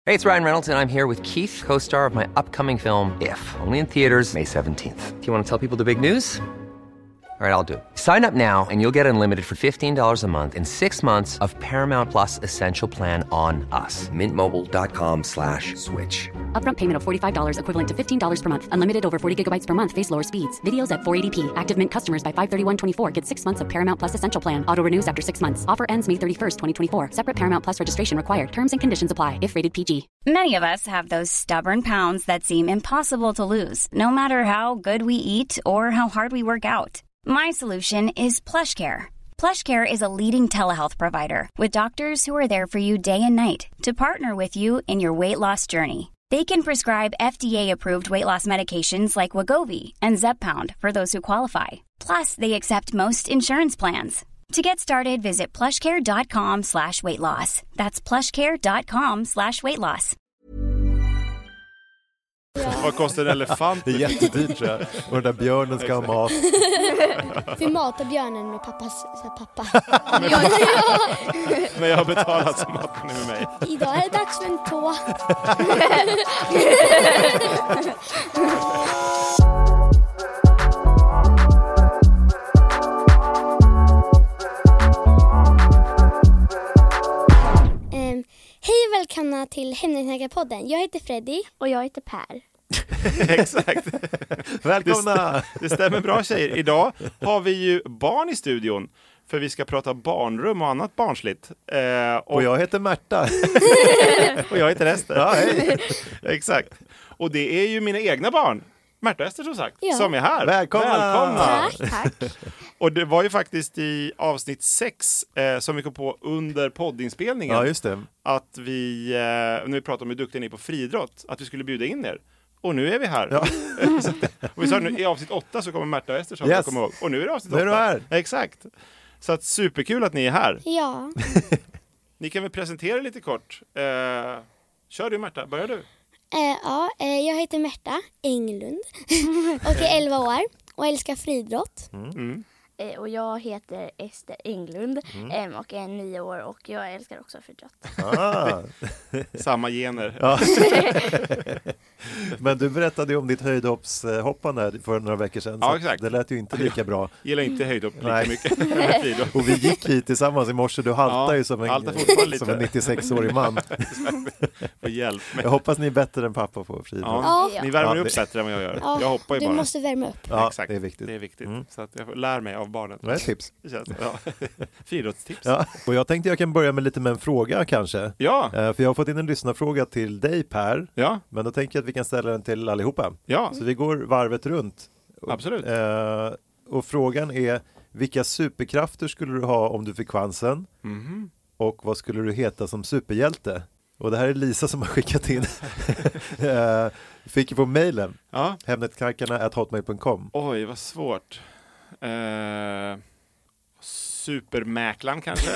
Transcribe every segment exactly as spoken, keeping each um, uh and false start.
Hey, it's Ryan Reynolds, and I'm here with Keith, co-star of my upcoming film, If, only in theaters May seventeenth. Do you want to tell people the big news? All right, I'll do it. Sign up now and you'll get unlimited for fifteen dollars a month and six months of Paramount Plus Essential Plan on us. Mint Mobile dot com slash switch. Upfront payment of forty-five dollars equivalent to fifteen dollars per month. Unlimited over forty gigabytes per month. Face lower speeds. Videos at four eighty p. Active Mint customers by five thirty-one twenty-four get six months of Paramount Plus Essential Plan. Auto renews after six months. Offer ends May thirty-first, twenty twenty-four. Separate Paramount Plus registration required. Terms and conditions apply if rated P G. Many of us have those stubborn pounds that seem impossible to lose, no matter how good we eat or how hard we work out. My solution is PlushCare. PlushCare is a leading telehealth provider with doctors who are there for you day and night to partner with you in your weight loss journey. They can prescribe F D A-approved weight loss medications like Wegovy and Zepbound for those who qualify. Plus, they accept most insurance plans. To get started, visit plushcare.com slash weight loss. That's plushcare.com slash weight loss. Vad kostar en elefant? Det är jättedyrt, tror jag. Och den där björnen ska ha mat. Vi matar björnen med pappas så pappa. Men, men jag har betalat så matar ni med mig. Idag är det dags för en tå. um, Hej och välkomna till Hemlighetssnackarpodden. Jag heter Freddy. Och jag heter Per. Exakt. Välkomna! Det, det stämmer bra, tjejer. Idag har vi ju barn i studion. För vi ska prata barnrum och annat barnsligt. Eh, och, och jag heter Märta. och jag heter Ester. Ja, hej. Exakt. Och det är ju mina egna barn. Märta och Ester, som sagt. Ja. Som är här. Välkomna! Välkomna. Tack, tack. Och det var ju faktiskt i avsnitt sex eh, som vi kom på under poddinspelningen. Ja, just det. Att vi, eh, när vi pratade om hur duktiga ni är på friidrott, att vi skulle bjuda in er. Och nu är vi här. Ja. Och vi sa nu, i avsnitt åtta så kommer Märta och Ester, som Yes. jag kommer ihåg. Och nu är det avsnitt Nu är åtta. du här. Exakt. Så att superkul att ni är här. Ja. Ni kan väl presentera lite kort. Eh, kör du, Märta, börjar du? Eh, ja, eh, jag heter Märta Englund och är elva år och älskar friidrott. Mm. Eh, och jag heter Ester Englund Mm. em, och är nio år och jag älskar också friidrott. Ah. Samma gener. Ja. Men du berättade ju om ditt höjdhoppshoppande för några veckor sedan. Ja, så exakt. Det lät ju inte lika bra. Gillar inte höjdhopp lika Nej. mycket. Friidrott. Och vi gick hit tillsammans i morse. Du haltar Ja, ju som haltar en, fortfarande lite. som en nittiosex-årig man. Och hjälp mig. Jag hoppas ni är bättre än pappa på friidrott. Ja, Ja. ni värmer Ja, upp det- bättre än vad jag gör. Ja, Jag hoppar ju du bara. måste värma upp. Ja, Exakt. det är viktigt. Det är viktigt. Mm. Så att jag lär mig av barnen. Det är ett tips. Det känns, ja. Friidrottstips. Ja. Och jag tänkte jag kan börja med lite med en fråga kanske. Ja. Eh, För jag har fått in en lyssnarfråga till dig, Per. Ja. Men då tänker jag att vi kan ställa den till allihopa. Ja. Så vi går varvet runt. Absolut. Eh, och frågan är, vilka superkrafter skulle du ha om du fick chansen? Mhm. Och vad skulle du heta som superhjälte? Och det här är Lisa som har skickat in. eh, fick ju på mejlen. Ja. Hemnetknarkarna at hotmail punkt com. Oj, vad svårt. Eh, supermäklaren kanske?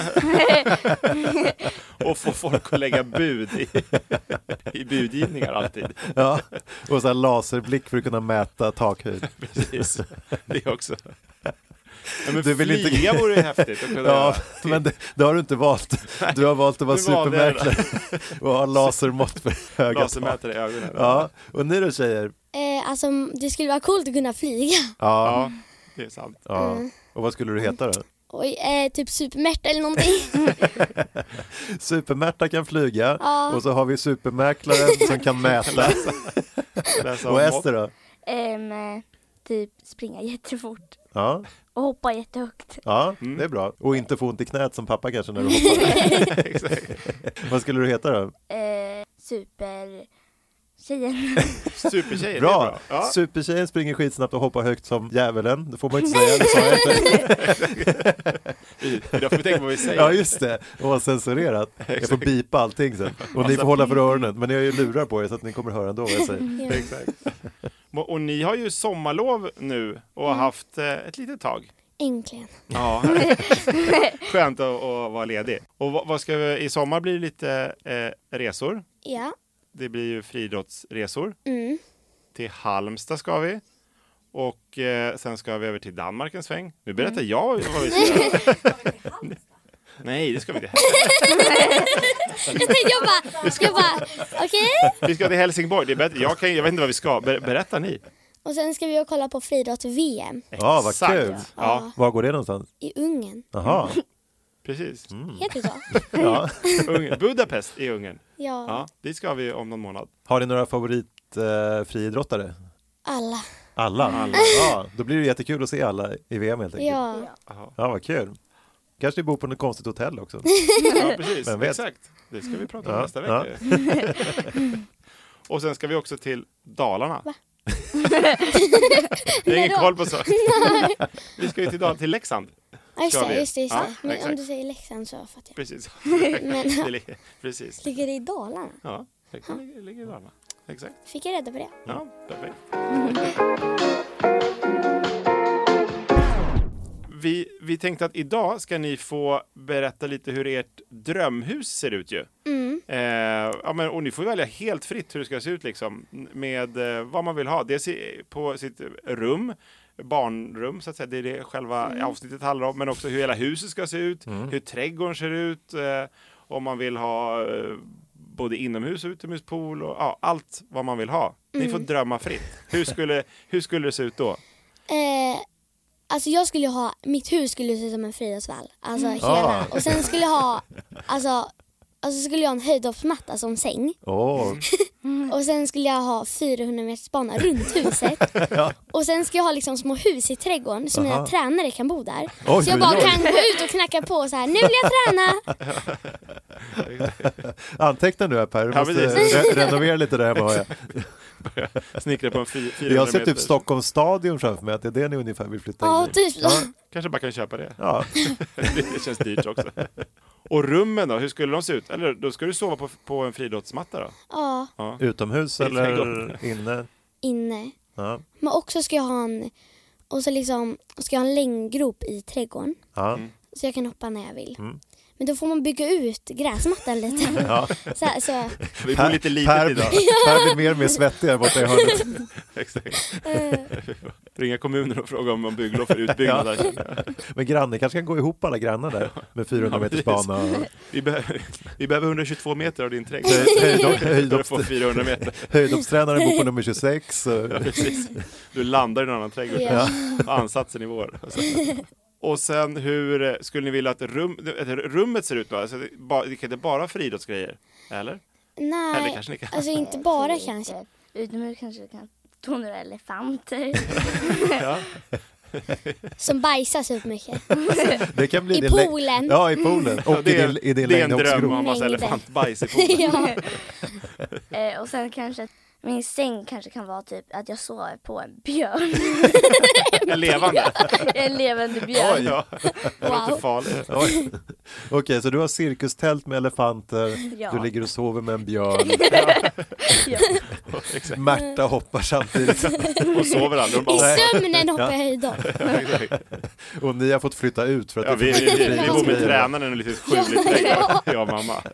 Och få folk att lägga bud i, i budgivningar alltid. Ja. Och så här laserblick för att kunna mäta takhöjd. Precis. Det också. Ja, men Du vill inte- flyga vore ju häftigt att kunna Ja, göra. men det, det har du inte valt. Du har valt att vara Nu valde jag supermäklare och ha lasermått för höga tak. Lasermätare i ögonen. Ja, och ni då tjejer? Eh, alltså, det skulle vara coolt att kunna flyga. Ja, Ja, det är sant. ja. Mm. Och vad skulle du heta då? Oj, eh, typ supermärta eller någonting. Supermärta kan flyga Ja. och så har vi supermäklaren som kan mäta. Läsa Och om Ester då? Em, eh, typ springa jättefort Ja, och hoppa jättehögt. ja Mm. det är bra. Och inte få ont i knät som pappa kanske när du hoppar. Exakt. Vad skulle du heta då? Eh, super tjejen. Supertjejer, Bra! det är bra. Ja. Supertjejen springer skitsnabbt och hoppar högt som djävulen. Det får man inte säga, det sa jag inte. Idag får vi tänka på vad vi säger. Ja, just det. Och vad censurerat. Jag får bipa allting sen. Och ni får hålla för öronen. Men ni har ju lurar på er så att ni kommer höra ändå vad jag säger. Ja. Exakt. Och ni har ju sommarlov nu och har haft eh, ett litet tag. Äntligen. Ja, skönt att, att vara ledig. Och vad, vad ska vi, i sommar blir det lite eh, resor. Ja. Det blir ju friidrottsresor. Mm. Till Halmstad ska vi. Och eh, sen ska vi över till Danmark en sväng. Nu berättar jag vad vi ska göra. Nej, det ska vi inte. jag bara, jag bara okej. Okay. Vi ska till Helsingborg. Det är bättre. Jag, kan, jag vet inte vad vi ska. Ber, berätta ni. Och sen ska vi och kolla på friidrott-V M. Ja, vad Exakt. kul. Ja. Var går det någonstans? I Ungern. Jaha. Precis. Mm. Heter det så? Ja. Ungern. Budapest i Ungern. Ja. Ja, dit ska vi om någon månad. Har ni några favorit eh, friidrottare? Alla. Alla? Alla. Ja, då blir det jättekul att se alla i V M helt enkelt. Ja. Aha. Ja, vad kul. Kanske ni bor på något konstigt hotell också. Ja, precis. Vem vet? Exakt. Det ska vi prata om Ja, nästa ja. vecka. Och sen ska vi också till Dalarna. Va? Jag har ingen då? koll på så. Vi ska ju till Dalarna, till Leksand. Ja, just Ska det, vi? just det, just Ja, det. Men exakt. om du säger Leksand så fattar jag. Precis. Men- Det ligger- Precis. Ligger det i Dalarna? Ja, det kan ligga, ligga i Dalarna. Exakt. Fick jag reda på det? Ja, perfekt. Vi, vi tänkte att idag ska ni få berätta lite hur ert drömhus ser ut ju. Mm. Eh, ja, men, och ni får välja helt fritt hur det ska se ut liksom. Med eh, vad man vill ha. Dels i, på sitt rum, barnrum så att säga. Det är det själva Mm. avsnittet handlar om. Men också hur hela huset ska se ut. Hur trädgården ser ut. Eh, om man vill ha eh, både inomhus och utomhuspool. Och, ja, allt vad man vill ha. Ni får drömma fritt. Hur skulle, hur skulle det se ut då? Eh, alltså jag skulle ha, mitt hus skulle se ut som en friidrottsvall. Alltså hela. Ah. Och sen skulle jag ha, alltså, alltså skulle jag ha en höjdhoppsmatta som säng. Åh, Och sen skulle jag ha fyrahundra meters bana runt huset. Och sen ska jag ha liksom små hus i trädgården så mina Aha. tränare kan bo där. Oj, så jag oj, bara oj. kan gå ut och knacka på så här. Nu vill jag träna! anteckna nu här Per, du Ja, måste precis. re- renovera lite där hemma. Har jag. Snickra på en fy- Jag fyrahundra ser meter. typ Stockholms stadion framför mig, att det är det ni ungefär vill flytta Ja, in i. typ så. Kanske bara kan köpa det. Ja. Det känns dyrt också. Och rummen då, hur skulle de se ut? Eller då ska du sova på, på en friidrottsmatta då? Ja, Ja. Utomhus I eller trädgården. inne? inne. Ja. Men också ska jag ha en, och så liksom, ska jag ha en längdgrop i trädgården. Ja. Mm. Så jag kan hoppa när jag vill. Mm. Men då får man bygga ut gräsmattan lite. Ja. Så, här, så, Vi bor lite litet per, idag. Per blir mer och mer svettig här borta i hörnet. Exakt. eh, Ringa kommunen och fråga om man bygglov för utbyggnad. Där. Men grannen kanske kan gå ihop alla grannar där med fyrahundra Ja, meters precis. bana. Och Vi, behöver, vi behöver hundratjugotvå meter av din trädgård. höjd, höjd, För att få fyrahundra meter. höjdhoppstränaren bor på nummer tjugosex. Och, Ja, precis. Du landar i en annan trädgård. Ja. Ansatsen i vår. Och sen hur skulle ni vilja att, rum, att rummet ser ut då? Alltså, det, bara, det kan inte bara friidrottsgrejer? Eller? Eller nej, kanske ni kan. alltså inte bara kanske. Utomhus kanske det kan stå några elefanter. Ja. Som bajsar så mycket. det kan bli I din lä- poolen. Ja, i poolen. Och Ja, det, är, i din, i din det är en dröm längdhoppsgrop. om massa Mängder. elefantbajs i poolen. Ja. eh, och sen kanske min säng kanske kan vara typ att jag sover på en björn. En levande. En levande björn. Ja, det låter Wow. farligt. Oj. Okej, så du har cirkustält med elefanter, Ja. du ligger och sover med en björn, Ja. Exakt. Märta hoppar samtidigt Och sover aldrig. De I bara, sömnen hoppar jag höjdhopp. och ni har fått flytta ut för att ja, det vi, vi, vi, vi bor med grejer tränaren i en liten skjuvlig trädgård. Jag och mamma.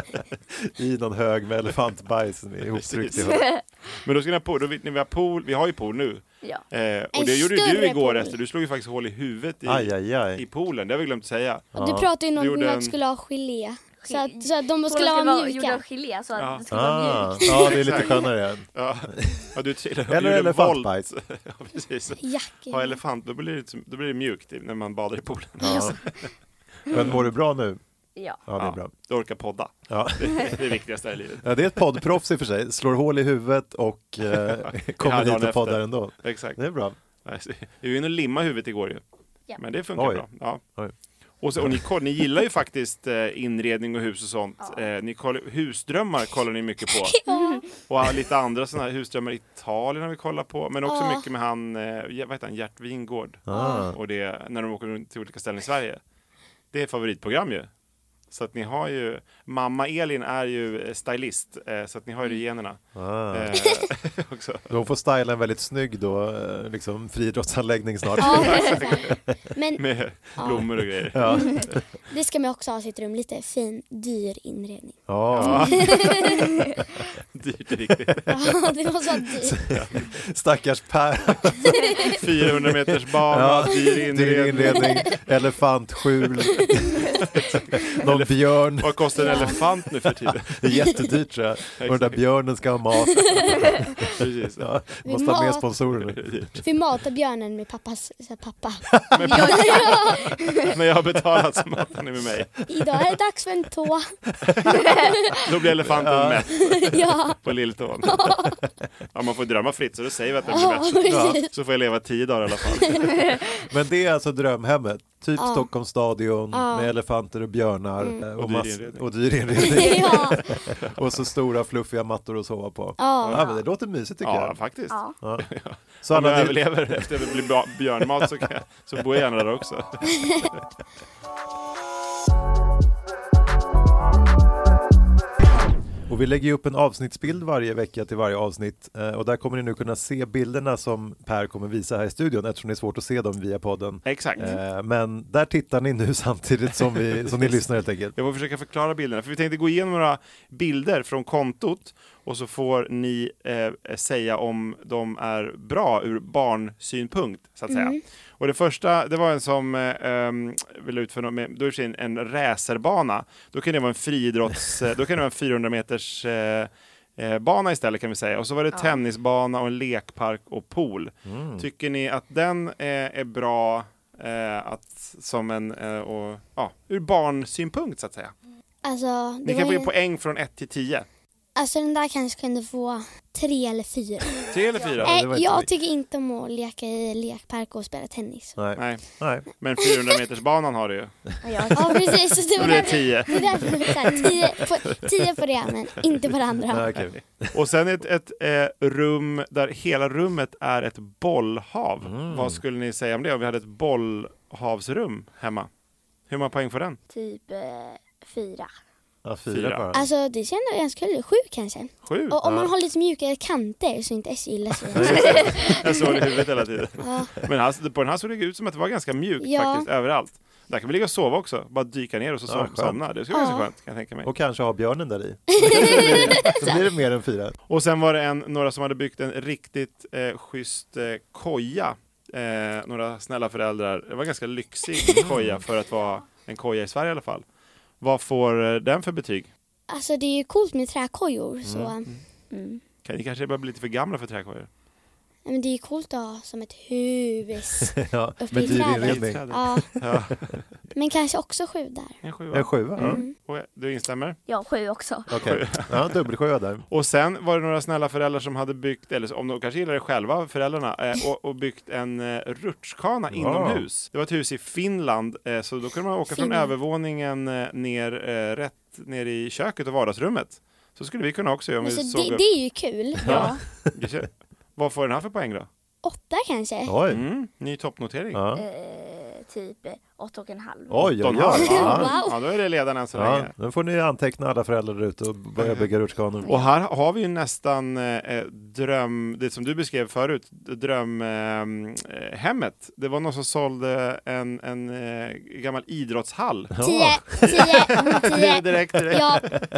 i någon hög med elefantbajs som är ihoptryckt i Precis. hörnet. Men då ska ni ha pool. Då, vet ni, vi, har pool. Vi har ju pool nu. Ja. Eh, och En det gjorde du större igår pool. efter. Du slog ju faktiskt hål i huvudet i, Aj, aj, aj. i poolen. Det har vi glömt säga. Och du pratade ju Du om gjorde att en- du skulle ha gelé. Så att, så att de Hon skulle vara vara gjord av mjuka. gelé så att Ja. det skulle vara Ah, mjukt. ja, det är lite Exakt. skönare. Ja, ja du trillar- Eller gjorde en elefantbajs. volt. Ja, precis. Jack. Ha elefant, då blir, det, då blir det mjukt när man badar i poolen. Ja. Men mår du bra nu? Ja. Ja, det är bra. Du orkar podda. Ja. Det är det viktigaste här i livet. Ja, det är ett poddproffs i och för sig. Slår hål i huvudet och eh, kommer dagen hit och efter. poddar ändå. Exakt. Det är bra. Vi var inne och limma huvudet igår ju. Ja. Men det funkar Oj. bra. Ja. Oj. Och, så, och ni, koll- ni gillar ju faktiskt eh, inredning och hus och sånt. Eh, ni koll, husdrömmar kollar ni mycket på. Och lite andra sådana här husdrömmar i Italien har vi kollat på. Men också Ja. mycket med han, eh, vad heter han, Gert Wingård. Ah. Och det, när de åker runt till olika ställen i Sverige. Det är ett favoritprogram ju. Så att ni har ju, mamma Elin är ju stylist. Eh, så att ni har ju det i generna. Ah. Eh, också. De får styla en väldigt snygg då, eh, liksom friidrottsanläggning snart. Ja, men Med blommor och grejer. Ja. det ska man också ha i sitt rum. Lite fin, dyr inredning. Ja. dyrt är riktigt. Ja, det var så dyrt. Stackars Per. fyrahundra meters bana, Ja, dyr dyr inredning. inredning, elefantskjul, någon björn. Vad kostar en elefant nu för tiden? Det är jättedyrt tror jag. Och den där björnen ska ha mat. Precis. Ja, Vi måste ha mer mat. sponsorer nu. Vi matar björnen med pappas så här, pappa. Men jag har betalat så maten är med mig. Idag är det dags för en tå. Då blir elefanten Ja. mätt Ja, på lilltån. Ja, man får drömma fritt, så då säger vi att den ja blir mätt. precis. Så får jag leva tio dagar i alla fall. Men det är alltså drömhemmet. Typ Ja. Stockholms stadion Ja. med elefanter och björnar. eh, Och dyr mass- inredning. och dyr inredning. Ja, Och så stora fluffiga mattor att sova på. ja. Ja, men det låter mysigt tycker Ja, jag. faktiskt. Ja. Ja. Så Om jag alla ni, överlever efter att det blir ba- björnmat så, kan jag, så bor jag gärna där också. och vi lägger ju upp en avsnittsbild varje vecka till varje avsnitt. eh, Och där kommer ni nu kunna se bilderna som Per kommer visa här i studion eftersom det är svårt att se dem via podden. Exakt. Eh, Men där tittar ni nu samtidigt som, vi, som ni lyssnar helt enkelt. Jag får försöka förklara bilderna, för vi tänkte gå igenom några bilder från kontot och så får ni eh, säga om de är bra ur barnsynpunkt, så att säga. Och det första, det var en som eh, vill ut för något med, då är det en, en racerbana. Då kan det vara en friidrotts, eh, då kan det vara en fyrahundra meters eh, eh, bana istället kan vi säga. Och så var det Ja. tennisbana och en lekpark och pool. Mm. Tycker ni att den eh, är bra eh, att, som en, eh, och, ja, ur barnsynpunkt så att säga? Alltså, Ni det kan var få ju, ge poäng från ett till tio. alltså den där kanske kunde få tre eller fyra. Tre eller fyra? Ja, det var Nej, inte jag mycket. tycker inte om att leka i lekpark och spela tennis. Nej. Nej, Nej. men fyrahundra meters banan har du ju. Och jag, Ja, precis. Så det Då var blir det därför, tio. det är därför så här, tio, på, tio på det, men inte på det andra. Nej, okej. Och sen ett, ett eh, rum där hela rummet är ett bollhav. Mm. Vad skulle ni säga om det om vi hade ett bollhavsrum hemma? Hur många poäng får den? typ eh, fyra. Ja, fyra, Fyra. bara. Alltså det känns ändå ganska kul. Sju kanske. Sju? Och om man Ja. har lite mjukare kanter så inte S gillar sig. Jag såg det i huvudet hela tiden. Ja. Men här, på den här såg det ut som att det var ganska mjukt Ja. faktiskt överallt. Där kan vi ligga och sova också. Bara dyka ner och så Ja, som, skönt. somna. Det skulle vara Ja. så skönt kan jag tänka mig. Och kanske ha björnen där i. Så blir det mer än fyra. Och sen var det en, några som hade byggt en riktigt eh, schysst eh, koja. Eh, några snälla föräldrar. Det var en ganska lyxig koja för att vara en koja i Sverige i alla fall. Vad får eh, den för betyg? Alltså det är ju coolt med träkojor. Så, Mm. Kan ni kanske bara bli lite för gamla för träkojor? men det är ju coolt att ha som ett hus. Ja, Uppe med i dyr trädet. inredning. Ja, Ja, men kanske också sju där. en sjua. En sjua? Ja. Mm. Och du instämmer? Ja, sju också. Okej. Ja, dubbelsjua där. Och sen var det några snälla föräldrar som hade byggt, eller om de kanske gillar det själva, föräldrarna, eh, och, och byggt en eh, rutschkana Ja. inomhus. Det var ett hus i Finland, eh, så då kunde man åka från Finland. övervåningen eh, ner, eh, rätt ner i köket och vardagsrummet. Så skulle vi kunna också göra om Men vi så såg det, upp. det är ju kul. Ja. Vad får den här för poäng då? Åtta kanske. Oj. Mm, ny toppnotering. Ja. Eh, typ eh, åtta och en halv. Oj, oj, Åtta och en halv. oj. Ja. Ja. Ja, då är det ledaren än så Ja, länge. nu får ni anteckna alla föräldrar där ute och börja bygga rutschkanor. Och här har vi ju nästan eh, dröm, det som du beskrev förut, drömhemmet. Eh, hemmet. Det var någon som sålde en, en eh, gammal idrottshall. Tio, tio, mm, tio. direkt, direkt. Ja,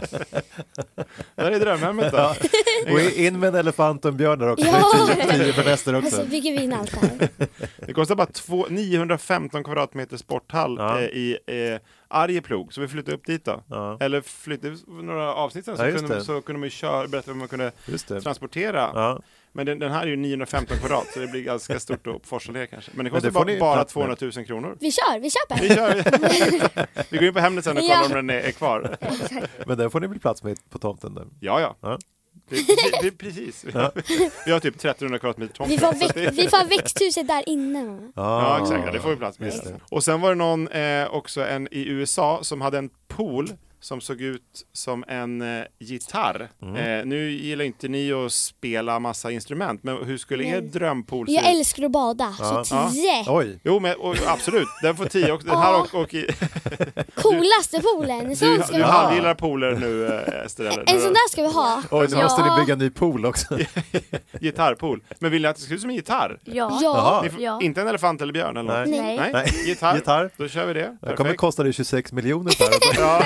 Där är drömhemmet då. Ja. Och in med en elefant och en björn där också. Ja. Det är tio, tio för nästa och så också. bygger vi in allt här. Det kostar bara två, niohundrafemton kvadratmeter sporthall Ja. eh, i eh, Arjeplog. Så vi flyttar upp dit då. Ja, Eller flyttade några avsnitt sen så, Ja, just kunde, det. så kunde man ju köra, berätta hur man kunde just det. transportera. Ja. Men den, den här är ju niohundrafemton kvadrat så det blir ganska stort att forsla ner kanske. Men det Men kostar det får bara, ni bara plats med. tvåhundratusen kronor. Vi kör, vi köper. Vi kör. Vi går in på Hemnet sen och kollar Ja. om den är, är kvar. Men den får ni väl plats med på tomten där. Ja, ja. Ja. Det, det, det, precis. Ja. Vi har typ trettonhundra kvadratmeter tomt. Vi får, Så det- växt, vi får växthuset där inne. Ja, exakt. Ja, det får vi plats med. Just det. Och sen var det någon eh, också en i U S A som hade en pool som såg ut som en eh, gitarr. Mm. Eh, nu gillar inte ni att spela massa instrument, men hur skulle er Nej. drömpool se Jag ut? älskar att bada, Ja. så tio. Oj. Jo, men och, absolut. Den får tio också. Den här och, och i, Coolaste poolen. du, Sån ska du vi ha. halvgillar pooler nu, eh, Ester. Eller? En sån där ska vi ha. Oj, nu Ja. måste ni bygga en ny pool också. Gitarrpool. Men vill ni att det ska se ut som en gitarr? Ja. Ja. Jaha. Ni får, Ja. Inte en elefant eller björn eller något? Nej. Nej. Nej, Nej. gitarr. Gitarr. Då kör vi det. Det kommer Perfekt. kosta dig tjugosex miljoner per. Ja, Allt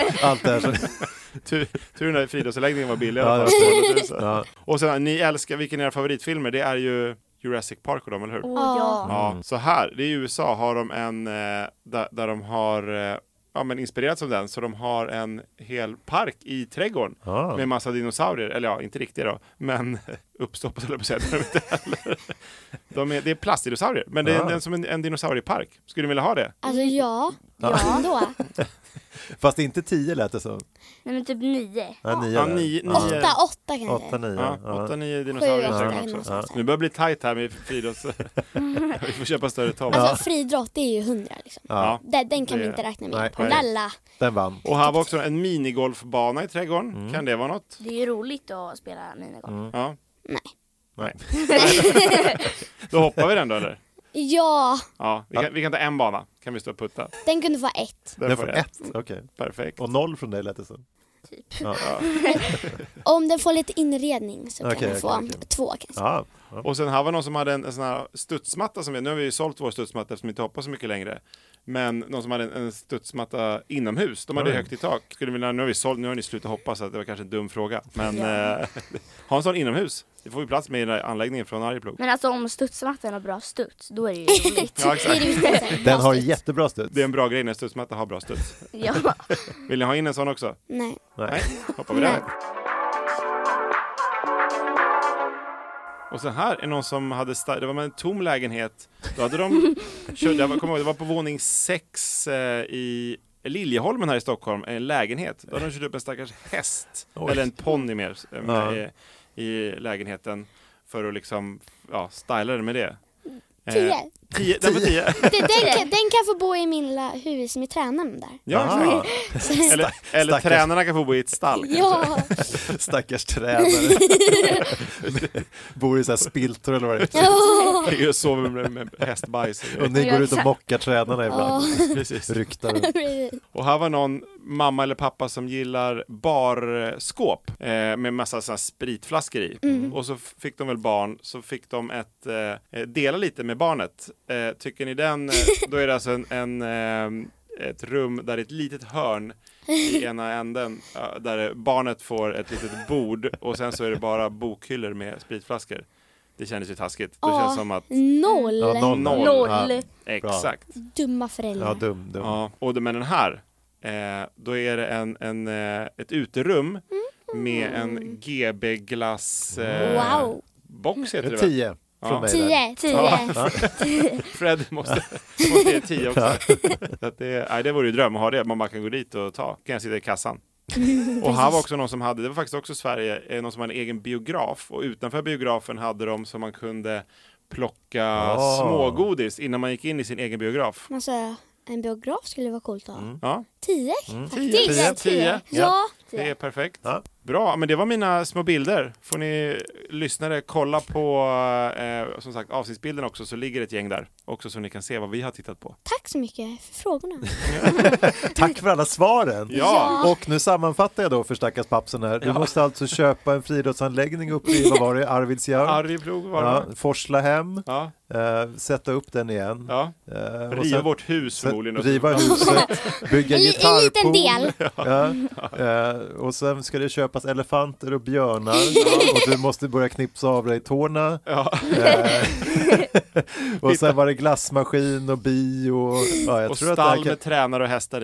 där. Så... tur, tur när friidrottsanläggningen var billig. Ja, ja, ja. Och sen, ni älskar, vilken är era favoritfilmer? Det är ju Jurassic Park och dem, eller hur? Oh, ja. Ja, så här, det är i U S A har de en eh, där, där de har eh, ja, men inspirerats av den, så de har en hel park i trädgården Ah. med massa dinosaurier, eller ja, inte riktigt då, men uppstoppat eller på sätt de inte heller. De är, det är plastdinosaurier, men det är, Ah. det är som en, en dinosauriepark. Skulle ni vilja ha det? Alltså ja, Ja. ändå. Fast inte tio lät det som. Nej, men typ nio. Ja, nio Ja, där. nio, Ja. nio. Åtta, åtta kan jag Åtta, säga. nio. Ja, Ja. åtta, nio dinosaurier i Sju, trädgården åtta, också. någonstans. Nu börjar det bli tajt här med friidrotts... Vi får köpa större tomt. Alltså friidrott, det är ju hundra liksom. Ja. Den, den kan Det- vi inte räkna med Nej, på. nej. Lalla. Den vann. Och här var också en minigolfbana i trädgården. Mm. Kan det vara något? Det är ju roligt att spela minigolf. Ja. Nej. Nej. Då hoppar vi den då, eller? Ja, Ja, vi kan, vi kan ta en bana. Kan vi stå och putta. den kunde få ett. Där Den får får jag. ett, okej. Perfekt. Och noll från dig lät det som. Typ. Ja. Om den får lite inredning så kan Okej, den få okej, okej. två kanske. Ja. Och sen här var någon som hade en, en sån här studsmatta som vi, nu har vi ju sålt vår studsmatta eftersom vi inte hoppar så mycket längre. Men någon som hade en, en studsmatta inomhus. De hade Oj. högt i tak. Skulle vilja, nu har vi sålt, nu har ni slutat hoppa så att det var kanske en dum fråga. Men Ja. eh, ha en sån inomhus. Det får vi plats med i den här anläggningen från Arjeplog. Men alltså om studsmattan har bra studs, då är det ju roligt. Ja, Det är exakt. det viktigaste. Den har Bra studs. jättebra studs. Det är en bra grej när studsmatta har bra studs. Ja. Vill ni ha in en sån också? Nej. Nej, hoppar vi där. Och så här är någon som hade sta- det var en tom lägenhet. Då hade de kört, jag kommer ihåg, det var på våning sex eh, i Liljeholmen här i Stockholm, en lägenhet. Då hade de kört upp en stackars häst Oj. eller en ponny mer eh, Ja. i, i lägenheten för att liksom ja, styla den med det. Eh, Tio. tio, den var tio. Den, den, kan, den kan få bo i min lilla hus med tränaren där. Ja, Aha. exakt. Eller, eller Stackars. tränarna kan få bo i ett stall. kanske. Ja, Stackars tränare. Bor i så här spiltor eller vad det är. ja. Jag sover med, med hästbajs. och grejer. Och ni Ja, går ut och exakt. mockar tränarna ibland. Precis. Ryktar runt. Och här var någon mamma eller pappa som gillar barskåp eh, med massa såna här spritflaskor i. Och så f- fick de väl barn, så fick de ett eh, dela lite med barnet. Eh, tycker ni den, eh, då är det alltså en, en eh, ett rum där det är ett litet hörn i ena änden eh, där barnet får ett litet bord och sen så är det bara bokhyllor med spritflaskor. Det kändes ju taskigt. Det Ja. känns som att, Noll. Ja, noll. Noll. Noll. Ja. exakt. Dumma föräldrar. Ja, dum, dum. Ja, och det, med den här, eh, då är det en, en, eh, ett uterum med en G B-glass eh, Wow. box heter Det det är väl? tio från Ja. mig. där. Tio. Tio. Fred måste, måste ge tio också. Så att det, nej, det vore ju dröm att ha det. Man bara kan gå dit och ta. Kan jag sitta i kassan. Och här var också någon som hade, det var faktiskt också Sverige, eh, någon som hade en egen biograf. Och utanför biografen hade de så man kunde plocka Ah. smågodis innan man gick in i sin egen biograf. Alltså, en biograf skulle vara coolt att ha. Ja, Tio tio, faktiskt. tio. Ja. Det är perfekt. Ja. Bra, men det var mina små bilder. Får ni lyssnare kolla på eh, som sagt avsnittsbilden också, så ligger ett gäng där också så ni kan se vad vi har tittat på. Tack så mycket för frågorna. Tack för alla svaren. Ja. Och nu sammanfattar jag då för stackars pappsen här. Du måste alltså köpa en friidrottsanläggning uppe i, vad var det, Arvidsjaur? Arjeplog var det. Ja, forsla hem, Ja, eh, sätta upp den igen. ja. Eh, och Riva sen- vårt hus sen förmodligen. och- riva huset, bygga En, li- en liten gitarrpool. del. Ja. Eh, och sen ska det köpas elefanter och björnar. Och du måste börja knipsa av dig tårna. Ja. Eh, och sen var det glassmaskin och bio. Och, ja, jag Och tror att det här stall kan... med tränare och hästar i.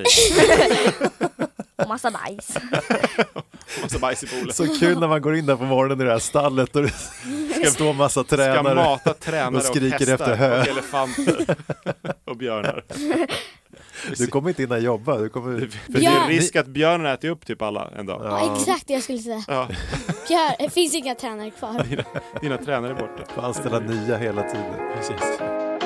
Och massa bajs. Och massa bajs i poolen. Så kul när man går in där på morgonen i det här stallet och det står massa Ska tränare. mata tränare och skriker hästar efter hö. och elefanter och björnar. Du kommer inte hinna jobba. Du kommer... För det är Björn. risk att björnen äter upp typ alla en dag. Ja, exakt det jag skulle säga. Ja, Björ, det finns inga tränare kvar. dina tränare är borta. Får anställa nya hela tiden. Precis.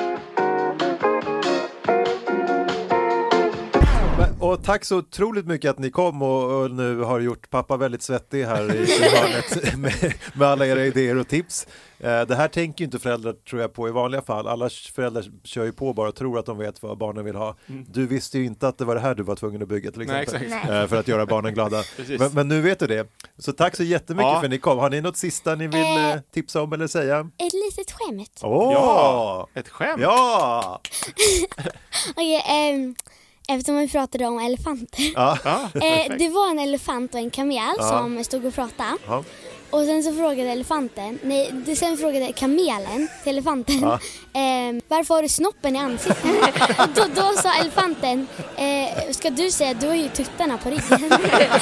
Och tack så otroligt mycket att ni kom och, och nu har gjort pappa väldigt svettig här i, i hörnet med, med alla era idéer och tips. Eh, det här tänker ju inte föräldrar tror jag på i vanliga fall. Alla föräldrar kör ju på bara och tror att de vet vad barnen vill ha. Mm. Du visste ju inte att det var det här du var tvungen att bygga till Nej, exempel. exakt. Nej. Eh, för att göra barnen glada. Precis. Men, men nu vet du det. Så tack så jättemycket Ja. för att ni kom. Har ni något sista ni vill Eh. eh, tipsa om eller säga? Ett litet skämt. Åh! Ja, ett skämt. Ja! Okej, ehm, eftersom vi pratade om elefanter. Ja. eh, det var en elefant och en kamel Ja. som stod och pratade. Ja. Och sen så frågade elefanten, nej, det- sen frågade kamelen till elefanten, Ja. eh, varför har du snoppen i ansiktet? då, då sa elefanten, eh, ska du säga, du har ju tuttarna på ryggen.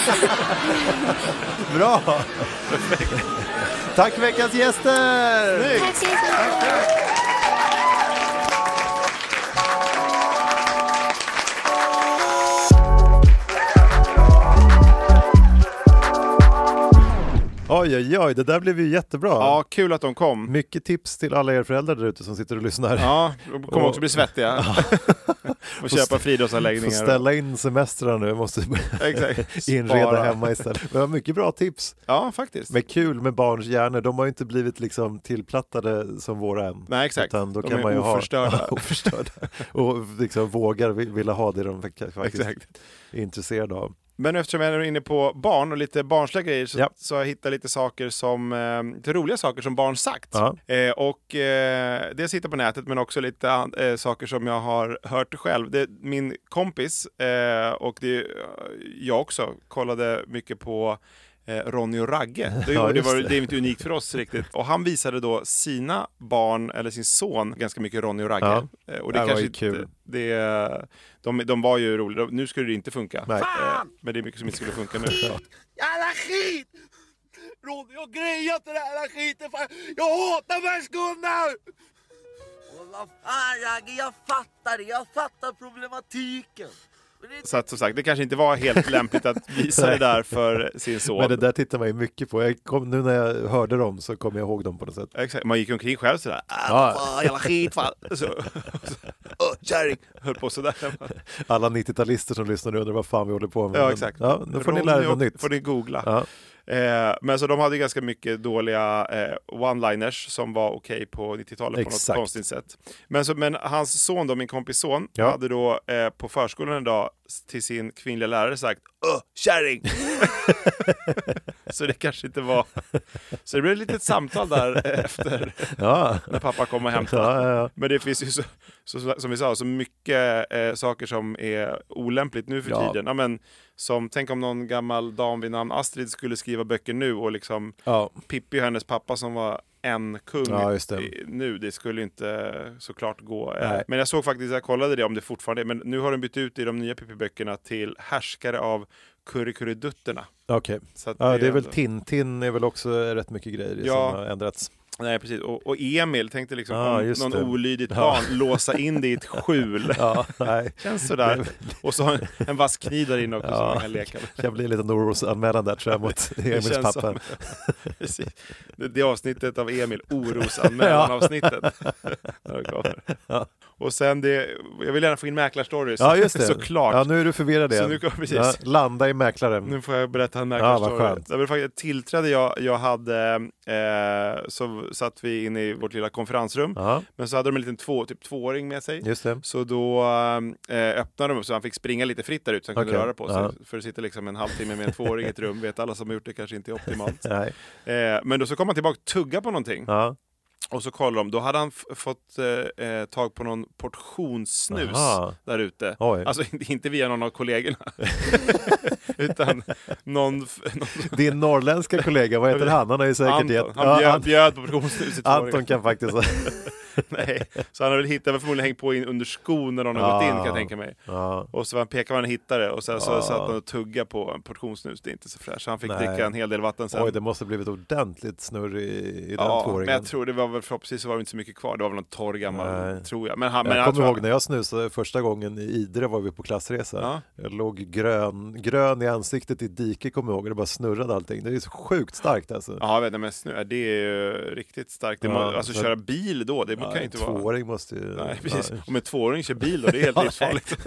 Bra! Tack veckans gäster! Tack så mycket. Oj, oj, oj, det där blev ju jättebra. Ja, kul att de kom. Mycket tips till alla er föräldrar där ute som sitter och lyssnar. Ja, de kommer också bli svettiga. Och köpa Får friidrottsanläggningar. ställa in semestrar nu, måste Exakt. inreda Spara. hemma istället. Men det var mycket bra tips. Ja, faktiskt. Men kul med barns hjärnor, de har ju inte blivit liksom tillplattade som våra än. Nej, exakt. Utan då De kan är man ju oförstörda. Ha, oförstörda. Och liksom vågar vill- vilja ha det de faktiskt Exakt. är intresserade av. Men eftersom jag är inne på barn och lite barnsliga grejer så, Ja. så har jag hittat lite saker som, eh, lite roliga saker som barn sagt. Ja. Eh, och eh, det sitter på nätet men också lite an- eh, saker som jag har hört själv. Det, min kompis eh, och det, jag också kollade mycket på eh, Ronny och Ragge. Det, Ja, det, just var, det. det är inte unikt för oss riktigt. Och han visade då sina barn, eller sin son, ganska mycket Ronny och Ragge. Ja. Eh, och Det det var kanske ju inte, kul. det, de, de var ju roliga. Nu skulle det inte funka. Nej. Eh, men det är mycket som inte skulle funka nu. Jävla skit! Ronny, jag grejar inte det här skiten. Fan. Jag hatar världskunnar! Och vad fan, Ragge, jag fattar det. Jag fattar problematiken. Men det... Så att, som sagt, det kanske inte var helt lämpligt att visa det där för sin son. Men det där tittar man ju mycket på. Jag kom, nu när jag hörde dem så kom jag ihåg dem på något sätt. Exakt. Man gick omkring själv sådär. Ah, Ja. fan, jävla skit, fan. Så, Åh, kärring. Höll på sådär. Alla nittio-talister som lyssnar nu undrar vad fan vi håller på med. Ja, Men, exakt. Ja, nu får ni Ronny lära er något och- nytt. får ni googla. Ja. Eh, men så de hade ganska mycket dåliga eh, one-liners som var okej på nittiotalet på något Exakt. konstigt sätt. Men, så, men hans son då, min kompis son, Ja. hade då eh, på förskolan en dag till sin kvinnliga lärare sagt Öh, kärring! Så det kanske inte var... Så det blev ett litet samtal där eh, efter Ja. när pappa kom och hämtade. Ja, ja, ja. Men det finns ju så, så, som vi sa, så mycket eh, saker som är olämpligt nu för Ja. tiden. Ja, men, som, tänk om någon gammal dam vid namn Astrid skulle skriva böcker nu och liksom Ja. Pippi och hennes pappa som var en kung Ja, just det. i- nu, det skulle inte såklart gå. Eh, Nej. Men jag såg faktiskt, jag kollade det om det fortfarande är, men nu har de bytt ut i de nya Pippi-böckerna till härskare av Kurrekurredutterna. Okej. Så att Ja, det är väl ändå- Tintin är väl också rätt mycket grejer i Ja. som har ändrats. Nej, precis. Och, och Emil tänkte liksom Ja, om just någon det. olydigt Ja. barn låsa in det i ett skjul. Ja, nej. Känns sådär. Och så har en, en vass kniv där inne också som Ja. man kan leka med. Det kan bli en liten orosanmälan där tror jag mot Emils känns pappa. som- Precis. Det, det avsnittet av Emil, orosanmälan-avsnittet. Där det kommer. Ja. Och sen det, jag vill gärna få in mäklarstories. Ja, just det. Såklart. Ja, nu är du förvirrad Så igen. nu kommer- precis. Ja, landa i mäklaren. Nu får jag berätta en Ja, mäklarstory. vad skönt. Det var faktiskt ett tillträde jag, jag hade, eh, så satt vi inne i vårt lilla konferensrum. Ja, Men så hade de en liten två, typ tvååring med sig. just det. Så då eh, öppnade de upp så han fick springa lite fritt där ute så han kunde Okej. röra på sig. Ja. För det sitter liksom en halvtimme med en tvååring i ett rum, vet alla som har gjort det kanske inte är optimalt. Nej. Eh, men då så kom han tillbaka och tugga på någonting. Ja. Och så kollade de, då hade han f- fått eh, eh, tag på någon portionssnus Aha. där ute. Oj. Alltså inte- inte via någon av kollegorna. Utan någon... f- någon Din norrländska kollega, vad heter han? Han har ju säkert Anton. gett... Han Ja, bjöd, Ant- bjöd på portionssnus i två Anton kan faktiskt... Nej, så han har väl hittat, väl förmodligen hängt på in under skon när någon har gått in kan jag tänka mig. Ja. Och så pekade han hittade och sen så Ja. satt han och tugga på en portionssnus, det är inte så fräscht. Så han fick Nej. dricka en hel del vatten sen. Oj, det måste ha blivit ordentligt snurr i, i den Ja, men tvååringen. jag tror det var väl förhoppningsvis så var det inte så mycket kvar. Det var väl någon torr gammal, Nej. tror jag. Men han, men Jag jag kommer tror- ihåg när jag snusade första gången i Idre var vi på klassresa. Ja. Jag låg grön, grön i ansiktet i ett dike, kommer jag ihåg, och det bara snurrade allting. Det är så sjukt starkt alltså. Ja, jag vet inte, men snö, det är ju riktigt starkt. Det må, Ja, alltså så- köra bil då, det Ja, kan ju en inte vara... tvååring måste ju... Nej, precis. Ja. Om en tvååring kör bil då, det är helt Ja, livsfarligt.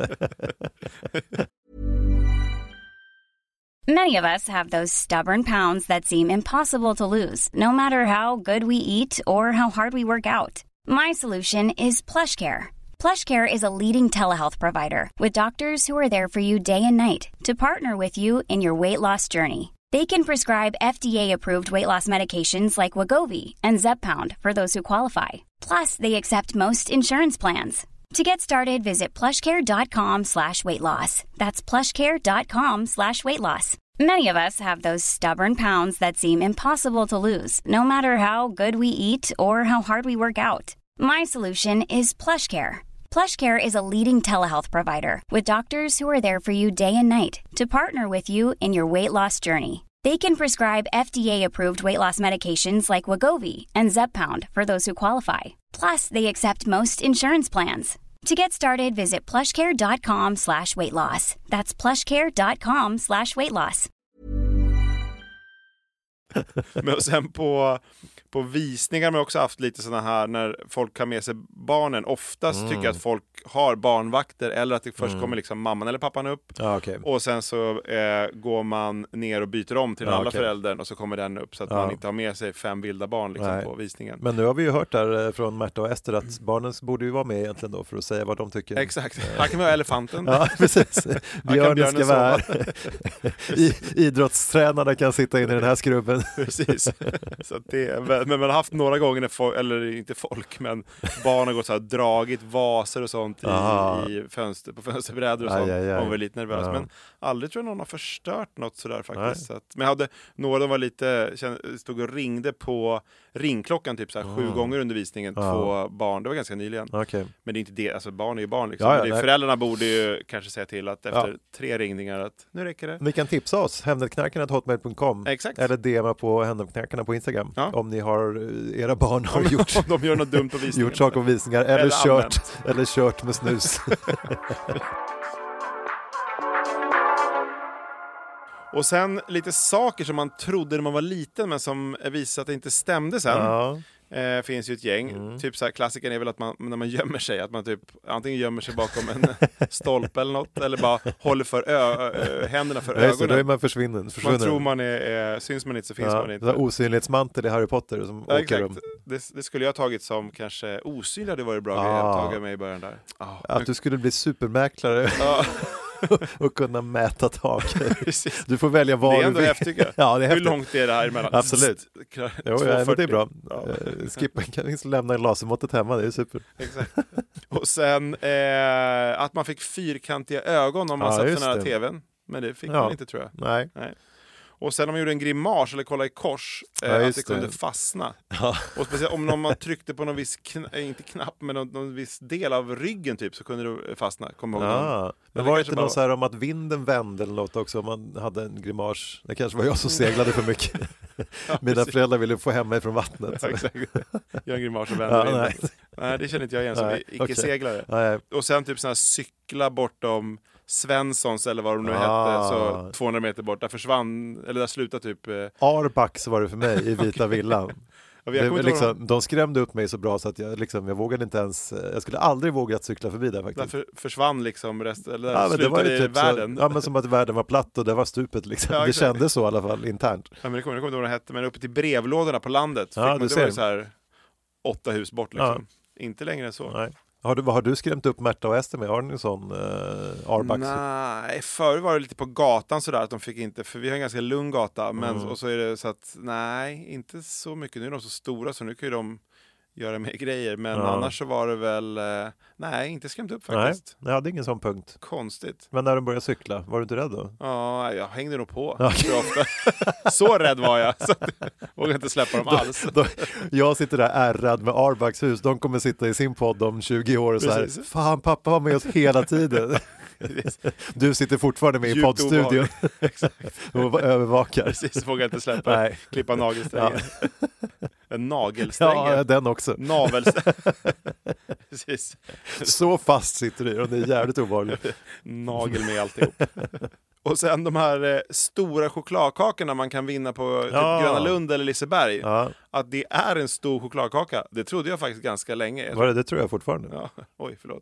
Many of us have those stubborn pounds that seem impossible to lose, no matter how good we eat or how hard we work out. My solution is PlushCare. PlushCare is a leading telehealth provider with doctors who are there for you day and night to partner with you in your weight loss journey. They can prescribe F D A-approved weight loss medications like Wegovy and Zepbound for those who qualify. Plus, they accept most insurance plans. To get started, visit plushcare.com slash weight loss. That's plushcare.com slash weight loss. Many of us have those stubborn pounds that seem impossible to lose, no matter how good we eat or how hard we work out. My solution is PlushCare. PlushCare is a leading telehealth provider with doctors who are there for you day and night to partner with you in your weight loss journey. They can prescribe F D A-approved weight loss medications like Wegovy and Zepbound for those who qualify. Plus, they accept most insurance plans. To get started, visit plushcare.com slash weight loss. That's plushcare.com slash weight loss. Men sen på, på visningar har man också haft lite såna här när folk kan med sig barnen. Oftast mm. tycker jag att folk har barnvakter eller att det först mm. kommer liksom mamman eller pappan upp. Ah, okay. Och sen så eh, går man ner och byter om till den ah, andra okay. föräldern och så kommer den upp så att ah. man inte har med sig fem vilda barn liksom, på visningen. Men nu har vi ju hört där från Märta och Ester att mm. barnen borde ju vara med egentligen då för att säga vad de tycker. Exakt. Här kan vi ha elefanten. Ja, precis. Björnen ska vara här. I, idrottstränarna kan sitta in i den här skrubben. Precis. Så att det, men man har haft några gånger när folk, eller inte folk, men barn har gått så här, dragit vaser och sånt i, i fönster, på fönsterbrädor och sånt. Aj, aj, aj. De var lite nervösa. Men aldrig tror jag någon har förstört något sådär faktiskt. Så att, men jag hade, några de var lite, stod och ringde på ringklockan typ så här, mm. sju gånger under visningen. Ja. Två barn, det var ganska nyligen. Okay. Men det är inte det, alltså barn är ju barn liksom. Ja, ja, det, föräldrarna borde ju kanske säga till att efter ja. tre ringningar att nu räcker det. Ni kan tipsa oss, hemnetknarkarna snabel-a hotmail punkt com. Exakt. Eller D M på Hemnetknarkarna på Instagram. Ja. Om ni har, era barn har gjort, om de gör något dumt på visningen. Gjort saker på visningar eller, eller kört, eller kört med snus. Och sen lite saker som man trodde när man var liten men som visade att det inte stämde sen. Ja. Eh, finns ju ett gäng. Mm. Typ så här, klassikern är väl att man, när man gömmer sig, att man typ antingen gömmer sig bakom en stolpe eller något, eller bara håller för ö- ö- händerna för ögonen. Så då är man försvunnen. Man tror man är, är, syns man inte så finns ja, man inte. Det osynlighetsmantel i Harry Potter som ja, åker exakt. Rum. Det, det skulle jag ha tagit som kanske osynlig hade varit bra ah. grej att taga mig i början där. Ah, att du skulle bli supermäklare. Ja. och kunna mäta tak. Du får välja vad du vill. Det är ändå häftigt. Ja, det är hur långt är det här emellan? Absolut. Jo, ja, men det är bra. Ja. Skippa kan lämna lasermåttet hemma, det är super. Exakt. Och sen eh, att man fick fyrkantiga ögon om man ja, satt för nära tvn. Men det fick ja. man inte, tror jag. Nej. Nej. Och sen om man gjorde en grimas eller kollade i kors eh, ja, att det kunde det. fastna. Ja. Och speciellt om någon man tryckte på någon viss kna- inte knapp men någon, någon viss del av ryggen typ så kunde det fastna. Kommer ihåg ja. Men, men var det inte bara... något så här om att vinden vände eller något också om man hade en grimas? Det kanske var jag som seglade för mycket. Ja, mina föräldrar ville få hem mig från vattnet. Ja, exakt. Gör en grimas och vända ja, vinden. Nej. nej, det känner inte jag igen som icke-seglare. Okay. Och sen typ sådana här cykla bortom Svenssons eller vad de nu ah. hette, så tvåhundra meter bort, där försvann, eller där slutade typ eh... Arbax var det för mig i Vita villan. det, liksom, de skrämde upp mig så bra så att jag, liksom, jag vågade inte ens, jag skulle aldrig vågat cykla förbi där faktiskt. Därför försvann liksom resten, eller ja, slutade det var ju typ världen. Så, ja, men som att världen var platt och det var stupet liksom. Ja, det kändes så i alla fall internt. Ja, men det kommer inte ihåg vad det hette, men uppe till brevlådorna på landet ja, fick man, det var så här åtta hus bort liksom. Ja. Inte längre än så. Nej. Har du, vad har du skrämt upp Märta och Ester med? Har ni en sån uh, Arbax? Nej, förr var det lite på gatan sådär att de fick inte, för vi har en ganska lugn gata, men mm. och så är det så att nej, inte så mycket. Nu är de så stora så nu kan ju de göra mer grejer, men ja. annars så var det väl uh, nej, inte skrämt upp faktiskt. Nej, jag hade ingen sån punkt. Konstigt. Men när de började cykla, var du inte rädd då? Ja, jag hängde nog på. Okay. Ofta. Så rädd var jag, så jag vågade inte släppa dem alls. Då, jag sitter där ärrad med Arbax hus, de kommer sitta i sin podd om tjugo år och så här, precis. Fan, pappa var med oss hela tiden. Du sitter fortfarande med i poddstudion och övervakar. Precis, vågar inte släppa. Nej. Klippa nagelsträngen. Ja. En nagelsträng. Ja, den också. Navelsträng. Precis. Så fast sitter du och det är jävligt obehagligt. Nagel med alltihop. Och sen de här eh, stora chokladkakorna man kan vinna på typ ja. Gröna Lund eller Liseberg. Ja. Att det är en stor chokladkaka. Det trodde jag faktiskt ganska länge. Var det, det tror jag fortfarande. Ja. Oj, förlåt.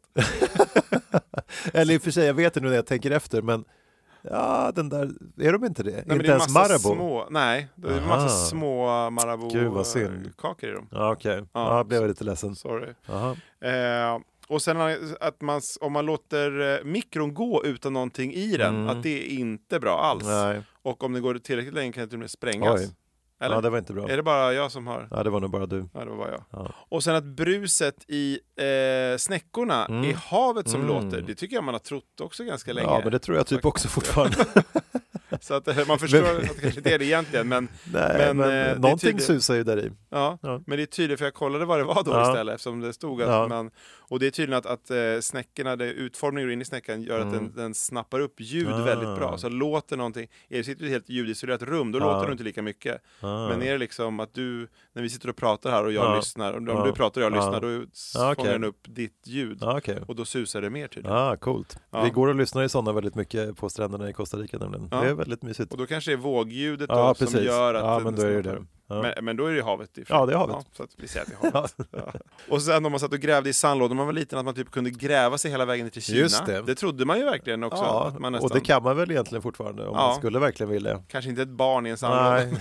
Eller i och för sig, jag vet det nu när jag tänker efter, men ja, den där, är de inte det? Nej, inte men det är ens Marabou? Små, nej, det är en massa små Marabou-kakor i dem. Ja, okej. Okay. Ja, ja, jag blev lite ledsen. Sorry. Eh, och sen att man, om man låter mikron gå utan någonting i den, mm. att det är inte bra alls. Nej. Och om det går tillräckligt länge kan det till och med sprängas. Oj. Eller? Ja, det var inte bra. Är det bara jag som har? Ja, det var nog bara du. Ja, det var bara jag. Ja. Och sen att bruset i eh, snäckorna Mm. är havet som Mm. låter. Det tycker jag man har trott också ganska länge. Ja, men det tror jag typ också fortfarande. Så att eh, man förstår att det kanske inte är det egentligen. Men, Nej, men, men, eh, det är någonting tydligt. susar ju där i. Ja, Ja. men det är tydligt, för jag kollade vad det var då Ja. istället, eftersom det stod att Ja. man... Och det är tydligen att, att eh, snäckorna, det utformningen in i snäckan gör Mm. att den, den snappar upp ljud Ah. väldigt bra. Så låter någonting... Är det sitter i ett helt ljudisolerat rum, då Ja. låter det inte lika mycket. Ah. Men är det liksom att du, när vi sitter och pratar här och jag Ja. lyssnar, om Ja. du pratar och jag Ja. lyssnar, då s- Ja, okej. fångar den upp ditt ljud. Ah, okej. Och då susar det mer tydligen. Ah, coolt. Ja. Vi går och lyssnar i sådana väldigt mycket på stränderna i Costa Rica nämligen. Ja. Det är väldigt mysigt. Och då kanske det är vågljudet då, Ja, som precis. gör att Ja, den men då är det snappar det. upp. Ja. Men, men då är det ju havet. I och för Ja, sig. det är havet. så att vi säger att det är havet. Ja. Och sen om man satt och grävde i sandlådor när man var liten, att man typ kunde gräva sig hela vägen ner till Kina. Just det. det trodde man ju verkligen också. Ja, att man och nästan, det kan man väl egentligen fortfarande om Ja. man skulle verkligen vilja. Kanske inte ett barn i en sandlåda. Nej.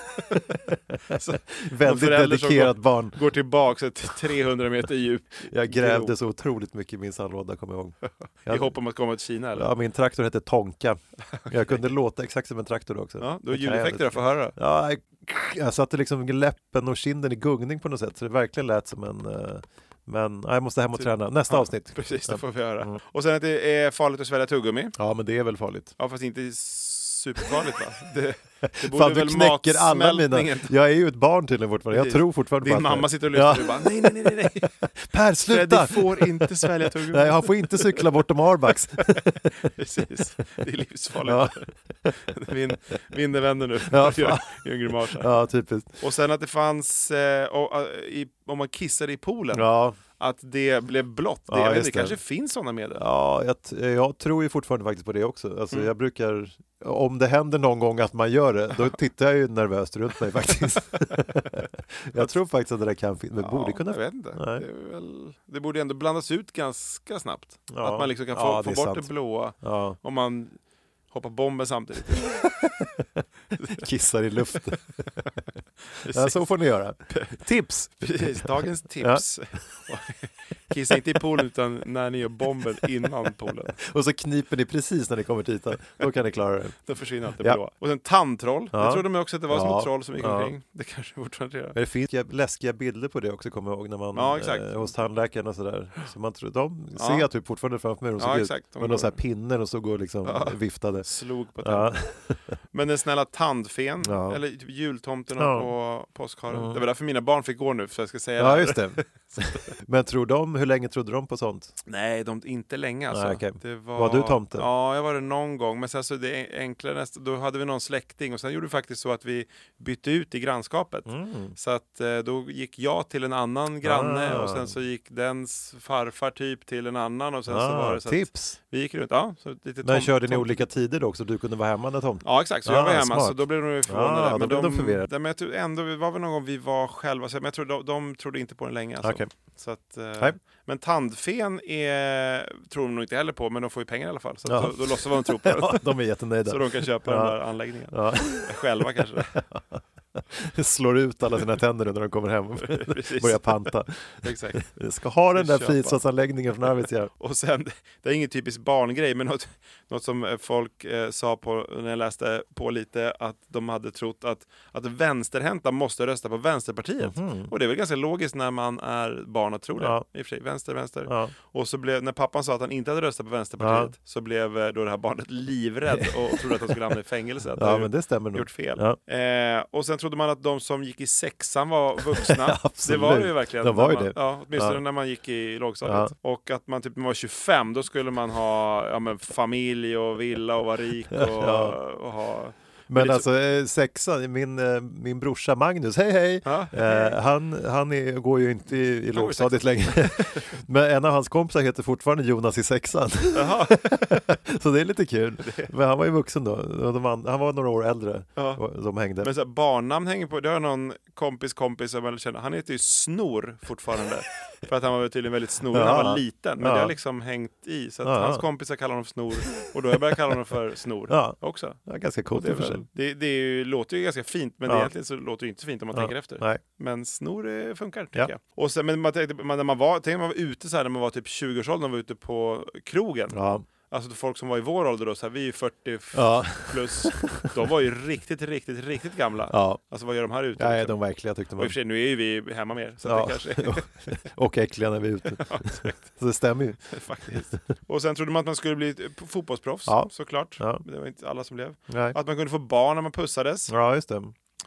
Så, Väldigt förälder som dedikerat barn. går tillbaka till trehundra meter djup Jag grävde grop. så otroligt mycket i min sandlåda, kommer jag ihåg. i Jag, hopp om att komma till Kina. Eller? ja, min traktor hette Tonka. Jag kunde låta exakt som en traktor också. Ja, då är Det kan jag ljudeffekter, jag lite. får höra. Ja, jag, jag satte liksom läppen och kinden i gungning på något sätt, så det verkligen lät som en... eh, Men ja, jag måste hem och träna. Nästa Ja, avsnitt. Precis, det Ja. får vi höra. Mm. Och sen att det är farligt att svälja tuggummi. Ja, men det är väl farligt. Ja, fast inte superfarligt va? Det, det borde Fan, du väl knäcker alla mina... matsmältningen. Jag är ju ett barn tydligen fortfarande. Jag Precis. tror fortfarande Din på att... mamma sitter och lyssnar Ja. och du bara nej, nej, nej, nej, nej. Per, sluta! Freddy får inte svälja tuggummi. Nej, han får inte cykla bortom Arbax. Precis, det är livsfarligt. Ja. Min, mina vänner nu Ja, gör, fan. gör en grimas här. Ja, typiskt. Och sen att det fanns, eh, och, eh, i, om man kissade i poolen, Ja, att det blev blått. Det, Ja, jag vet, just det det. kanske finns sådana medel. ja jag, t- jag tror ju fortfarande faktiskt på det också. Alltså, Mm. jag brukar... Om det händer någon gång att man gör det, då tittar jag ju nervöst runt mig faktiskt. Jag tror faktiskt att det där kan finnas. Men borde kunna... Jag vet inte. Nej. Det, är väl, det borde ändå blandas ut ganska snabbt. Ja. Att man liksom kan få, Ja, få det är bort sant. det blåa Ja, om man hoppar bomben samtidigt. kissar i luften. Ja, så får ni göra. Tips! Precis, dagens tips. Kissa inte i poolen utan när ni gör bomben innan poolen. Och så kniper ni precis när ni kommer till ytan. Då kan ni klara det. Då försvinner allt det Ja. blåa. Och sen tandtroll. Ja. Jag trodde man också att det var som Ja. ett troll som gick Ja. omkring. Det kanske fortfarande är. Men det finns ju läskiga bilder på det också, kommer jag ihåg, när man Ja, exakt. eh, hos tandläkaren och sådär. Så man tror, de Ja. ser jag typ fortfarande framför mig. De såg Ja, ut exakt. De med går- någon sån här pinne och så går liksom Ja. viftade. Slog på Ja. tänder. Men den snälla tandfen, Ja. eller typ jultomten Ja. och påskharen. Mm. Det var därför mina barn fick gå nu, för jag ska säga Ja, det. just det. Men tror de, hur länge trodde de på sånt? Nej, de, inte länge alltså. Nej, okej. Det var... Var du tomte? Ja, jag var det någon gång. Men sen så det är enklare nästa, då hade vi någon släkting och sen gjorde vi faktiskt så att vi bytte ut i grannskapet. Mm. Så att eh, då gick jag till en annan granne Ah. och sen så gick dens farfar typ till en annan och sen så Ah, var det så att tips! vi gick runt. Ja, så lite Men tom- körde ni tom- olika tider då också? Du kunde vara hemma när tomten? Ja, exakt. Så Ah, jag var hemma, smart. så då blev de ju förvånade. Ah, då men blev de de, förvirrade. de, men jag tror ändå, det var väl någon gång vi var själva, så men jag tror de, de trodde inte på den länge. Alltså. Okej. Så att, eh, Nej. men tandfen är, tror de nog inte heller på, men de får ju pengar i alla fall. Så Ja. att då, då låtsas de tro på den. Ja, de är jättenöjda. Så de kan köpa Ja. den där anläggningen. Ja. Själva kanske. Slår ut alla sina tänder nu när de kommer hem och Precis. börjar panta. Exakt. Jag ska ha den där Köpa. frisatsanläggningen från Arvidsjaur. Och sen, det är ingen typisk barngrej, men något, något som folk eh, sa på, när jag läste på lite, att de hade trott att, att vänsterhänta måste rösta på Vänsterpartiet. Mhm. Och det är väl ganska logiskt när man är barn och tror det. Ja. I och för sig, vänster, vänster. Ja. Och så blev, när pappan sa att han inte hade röstat på Vänsterpartiet, så blev eh, då det här barnet livrädd och trodde att han skulle hamna i fängelse. Att Ja, han men det stämmer nog. gjort fel. Ja. Eh, och sen trodde man att de som gick i sexan var vuxna. Det Absolut. var det ju verkligen. De var ju när man, det. Ja, åtminstone Ja. när man gick i lågstadiet. Och att man typ när man var tjugofem, då skulle man ha ja, men, familj och villa och vara rik och, Ja. och ha... Men det är alltså eh, sexan, min, eh, min brorsa Magnus, hej hej! Ja. Eh, han han är, går ju inte i, i går i lågstadiet längre. Men en av hans kompisar heter fortfarande Jonas i sexan. Jaha. Så det är lite kul. Men han var ju vuxen då. Och de and, han var några år äldre. Ja. Och de hängde. Men så här, barnnamn hänger på, det har någon kompis kompis som jag känner, han heter ju Snor fortfarande. För att han var tydligen väldigt snorig när han Ja. var liten. Men Ja. det har liksom hängt i. Så att Ja. hans kompisar kallar honom för Snor. Och då har jag börjat kalla honom för Snor Ja. också. Ja, ganska Och coolt det, i är och för sig. väl, det, det är ju, låter ju ganska fint, men Ja. egentligen så låter det inte så fint om man Ja. tänker efter. Nej. Men Snor eh, funkar, tycker Ja. jag. Och sen, men man tänkte, man, när man var, tänk man var ute så här, när man var typ tjugo-årsåldern, man var ute på krogen. Ja. alltså folk som var i vår ålder då, så här, vi är ju fyrtio Ja. plus, de var ju riktigt, riktigt, riktigt gamla. Ja. Alltså vad gör de här ute? Nej, liksom? de verkliga tyckte Och i man. och för sig, nu är ju vi hemma mer, så Ja. att det kanske Och äckliga när vi är ute. ja, exakt, Så det stämmer ju. faktiskt. Och sen trodde man att man skulle bli ett fotbollsproffs, Ja. såklart. Ja. Men det var inte alla som blev. Nej. Att man kunde få barn när man pussades. Ja, just det.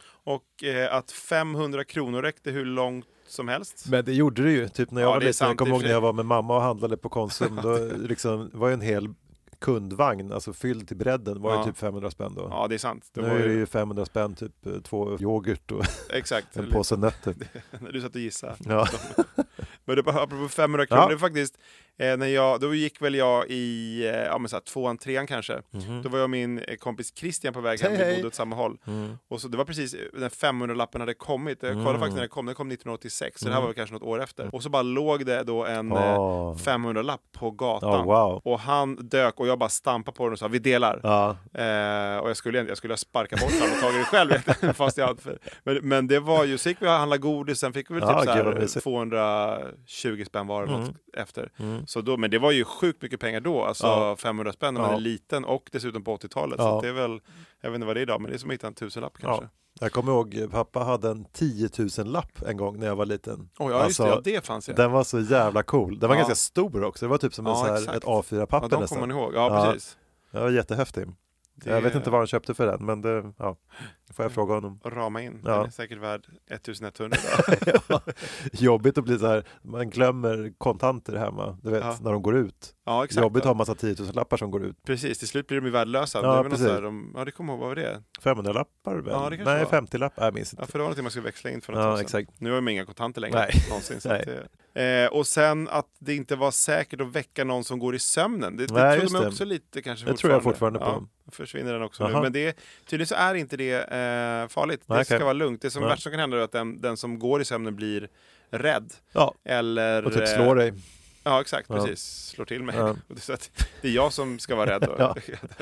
Och eh, att femhundra kronor räckte hur långt som helst. Men det gjorde det ju. Typ när jag Ja, var det är liten, jag sant, kommer i och ihåg för när jag var med mamma och handlade på Konsum. Då liksom, var ju en hel kundvagn, alltså fylld till bredden, var Ja. ju typ femhundra spänn då. Ja, det är sant. Det Nu var är det ju... ju femhundra spänn, typ eh, två yoghurt och Exakt. en påse nötter. När du satt och gissade. Ja. Men det var apropå femhundra kronor, Ja. det var faktiskt, eh, när jag, då gick väl jag i, eh, ja men så här, tvåan, trean kanske. Mhm. Då var jag och min eh, kompis Christian på väg hem, Hej, vi hej. bodde åt samma håll. Mm. Och så det var precis när femhundra-lappen hade kommit. Jag kollade Mm. faktiskt när den kom, den kom nittonhundraåttiosex, så det här Mm. var väl kanske något år efter. Och så bara låg det då en eh, Åh. femhundra-lapp på gatan. Ja, wow. Och han dök och jag bara stampade på den och sa vi delar. Ja. Eh, och jag skulle, jag skulle ha sparkat bort honom och tagit det själv. vet jag, Fast jag, men, men det var ju, så gick vi och handlade godis, sen fick vi väl Ja, typ så gud, vad här mysigt. tvåhundratjugo spänn var det Mm. något efter. Mm. Så då, men det var ju sjukt mycket pengar då, alltså Ja. femhundra spänn när man Ja. är liten och dessutom på åttiotalet. Så Ja. att det är väl, jag vet inte vad det är idag, men det är som att hitta en tusenlapp kanske. Ja. Jag kommer ihåg, pappa hade en tio tusen lapp en gång när jag var liten. Oh, ja, just Alltså, det, ja, det fanns ju. Den var så jävla cool. Den var Ja. ganska stor också. Det var typ som en Ja, så här, exakt. ett A fyra-papper Ja, de nästan. kommer man ihåg. Ja, Ja. precis. Det var jättehäftig. Det Jag vet inte vad han köpte för den, men det ja, får jag fråga honom. Rama in. Ja. Den är säkert värd ettusenetthundra. Ja. Jobbigt att bli så här, man glömmer kontanter hemma, du vet, Ja. när de går ut. Ja, exakt. Jobbigt att ha en massa tio tusen lappar som går ut. Precis, till slut blir de ju värdelösa. Ja, det är väl något precis. så här, de, ja, det kommer ihåg, vad var det? femhundra lappar väl? Ja, det kanske Nej, var. femtio lappar, jag minns inte. Ja, för det var någonting man skulle växla in för något Ja, tag sedan. exakt. Nu har man inga kontanter längre. Nej. Någonsin, så Nej. att det, eh, och sen att det inte var säkert att väcka någon som går i sömnen. Det, det Nej, trodde just man det. också lite kanske Det tror jag fortfarande på. Ja, försvinner den också nu. Aha. Men det, tydligen så är inte det eh, farligt. Det Nej, ska okej. vara lugnt. Det som Nej. värst som kan hända är att den, den som går i sömnen blir rädd. Ja, Eller... och typ eh, slår dig. Ja, exakt. Ja. Precis. Slår till mig. Ja. Och det, är så att det är jag som ska vara rädd. Då. Ja.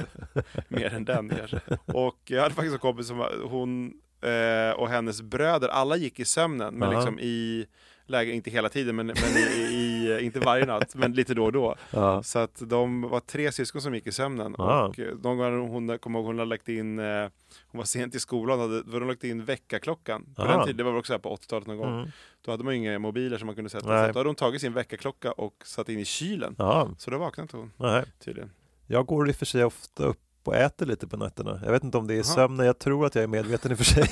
Mer än den kanske. Och jag hade faktiskt en kompis som var- hon eh, och hennes bröder, alla gick i sömnen. Men Aha. liksom i läge, inte hela tiden, men, men i, i, inte varje natt, men lite då och då. Ja. Så att de var tre syskon som gick i sömnen. Ah. Och någon gång hon, kom ihåg, hon hade lagt in, eh, hon var sent i skolan, hade, då hade hon lagt in väckarklockan. På Ah. den tiden, det var väl också här på åttiotalet någon gång. Mm. Då hade man ju inga mobiler som man kunde sätta. Nej. Så då hade hon tagit sin väckarklocka och satt in i kylen. Ja, Så då vaknade inte hon nej. tydligen. Jag går i och för sig ofta upp och äter lite på nätterna. Jag vet inte om det är Aha. sömnen, jag tror att jag är medveten i och för sig.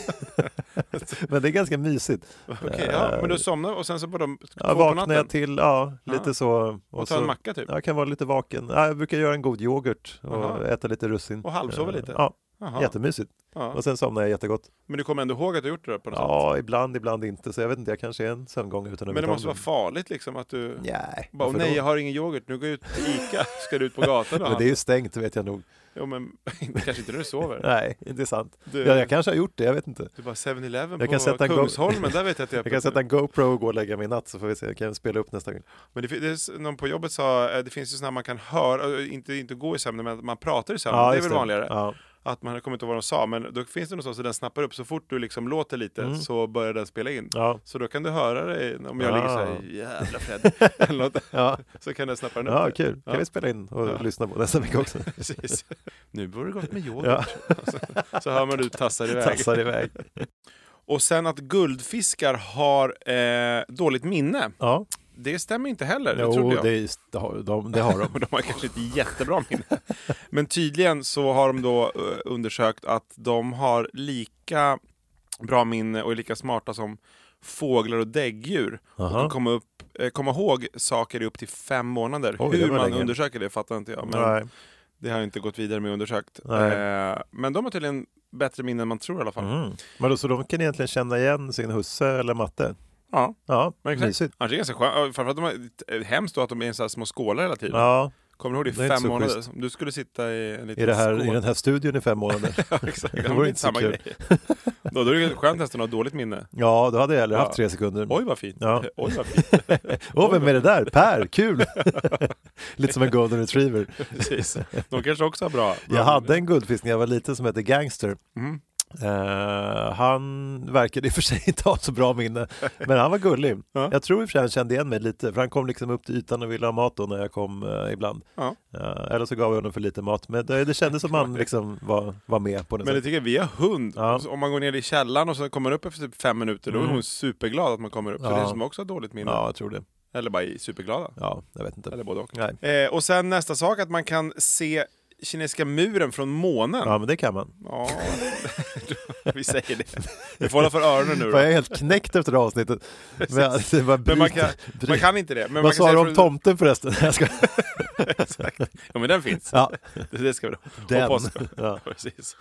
Men det är ganska mysigt. Okej, ja, men du somnar och sen så på de Ja, två på vaknar natten jag till, ja, lite Ja. så. och tar en macka typ. Jag kan vara lite vaken. Ja, jag brukar göra en god yoghurt och Aha. äta lite russin. Och halvsova Eh, lite? Ja, Jaha. jättemysigt. Ja. Och sen somnar jag jättegott. Men du kommer ändå ihåg att du gjort det där på något sätt? Ja, ibland, ibland inte. Så jag vet inte, jag kanske är en sömngångare utan att Men det veta om måste vara farligt liksom att du... Nej, Bara, varför nej, då? jag har ingen yoghurt, nu går jag ut till Ica. Ska du ut på gatan då? Men det är ju stängt, vet jag nog. Jo, men kanske inte när du sover. Nej, inte är sant. Du, Ja, jag kanske har gjort det, jag vet inte. du bara seven eleven Jag på kan sätta en go- Kungsholmen, där vet jag att jag är Jag kan sätta en GoPro och gå och lägga mig i natt så får vi se. Jag kan spela upp nästa gång. Men det, fin- det är, någon på jobbet sa, eh, det finns ju sådana man kan höra, eh, inte, inte gå i sömnen, men att man pratar i sömnen. det är just väl vanligare. Ja. Att man kommer inte ihåg vad de sa, men då finns det något sånt så den snappar upp så fort du liksom låter lite Mm. så börjar den spela in. Ja. Så då kan du höra det om jag Ah. ligger så här, jävla Fred, eller något, Ja. så kan den snappa den upp. Ja, det. kul. Kan Ja. vi spela in och Ja. lyssna på nästa vecka också? Precis. Nu borde det gått med yoghurt. Ja. så, så hör man du tassar iväg. Tassar iväg. Och sen att guldfiskar har eh, dåligt minne. Ja. Det stämmer inte heller, det Jo, trodde jag. det, är, det, har, de, det har de. Och de har kanske inte jättebra minne. Men tydligen så har de då uh, undersökt att de har lika bra minne och är lika smarta som fåglar och däggdjur. Och Aha. kan komma, upp, eh, komma ihåg saker i upp till fem månader. Oj, det Hur var man länge. undersöker det fattar inte jag. Men Nej. det har inte gått vidare med undersökt. Nej. Eh, men de har tydligen bättre minne än man tror i alla fall. Mm. Men då, så de kan egentligen känna igen sin husse eller matte? Ja, Ja, men exakt. mysigt. Annars är det ganska skönt. Framförallt de har, hemskt då att de är i så här små skålar hela tiden. Ja, Kommer du ihåg det i Det är inte fem så månader? schysst. Om du skulle sitta i en liten i, det här, skål. i den här studion i fem månader. Ja, exakt. Det Det vore var inte inte så samma kul. grej. Då, då är det skönt nästan att ha dåligt minne. Ja, då hade jag hellre Ja. haft tre sekunder. Oj vad fint. Ja. Oj vad fint. Åh, vem är det där? Per, kul! Lite som en golden retriever. Precis. De kanske också har bra. bra Jag hade en guldfisk när jag var liten som hette Gangster. Mm. Uh, han verkade i och för sig inte ha så bra minne, men han var gullig. Ja. Jag tror i och för sig han kände igen mig lite, för han kom liksom upp till ytan och ville ha mat då när jag kom uh, ibland. Ja. Uh, eller så gav jag honom för lite mat, men det, det kändes som han liksom var, var med på det. Men sätt. det tycker jag, vi har hund. Ja. Om man går ner i källaren och så kommer upp efter typ fem minuter, då är Mm. hon superglad att man kommer upp. Så Ja. det är som också har dåligt minne. Ja, jag tror det. Eller bara superglada. Ja, jag vet inte. Eller både och. Nej. Eh, och sen nästa sak, att man kan se kinesiska muren från månen. Ja, men det kan man. Ja, vi säger det. Vi får hålla för öronen nu då. Jag är helt knäckt efter det här avsnittet. Men, det var men man, kan, man kan inte det. Men Vad man sa kan du om för... tomten förresten? Jag ska... Exakt. Ja, men den finns. Ja. Det, det ska vi då. Den. Och påsk. Ja. Precis.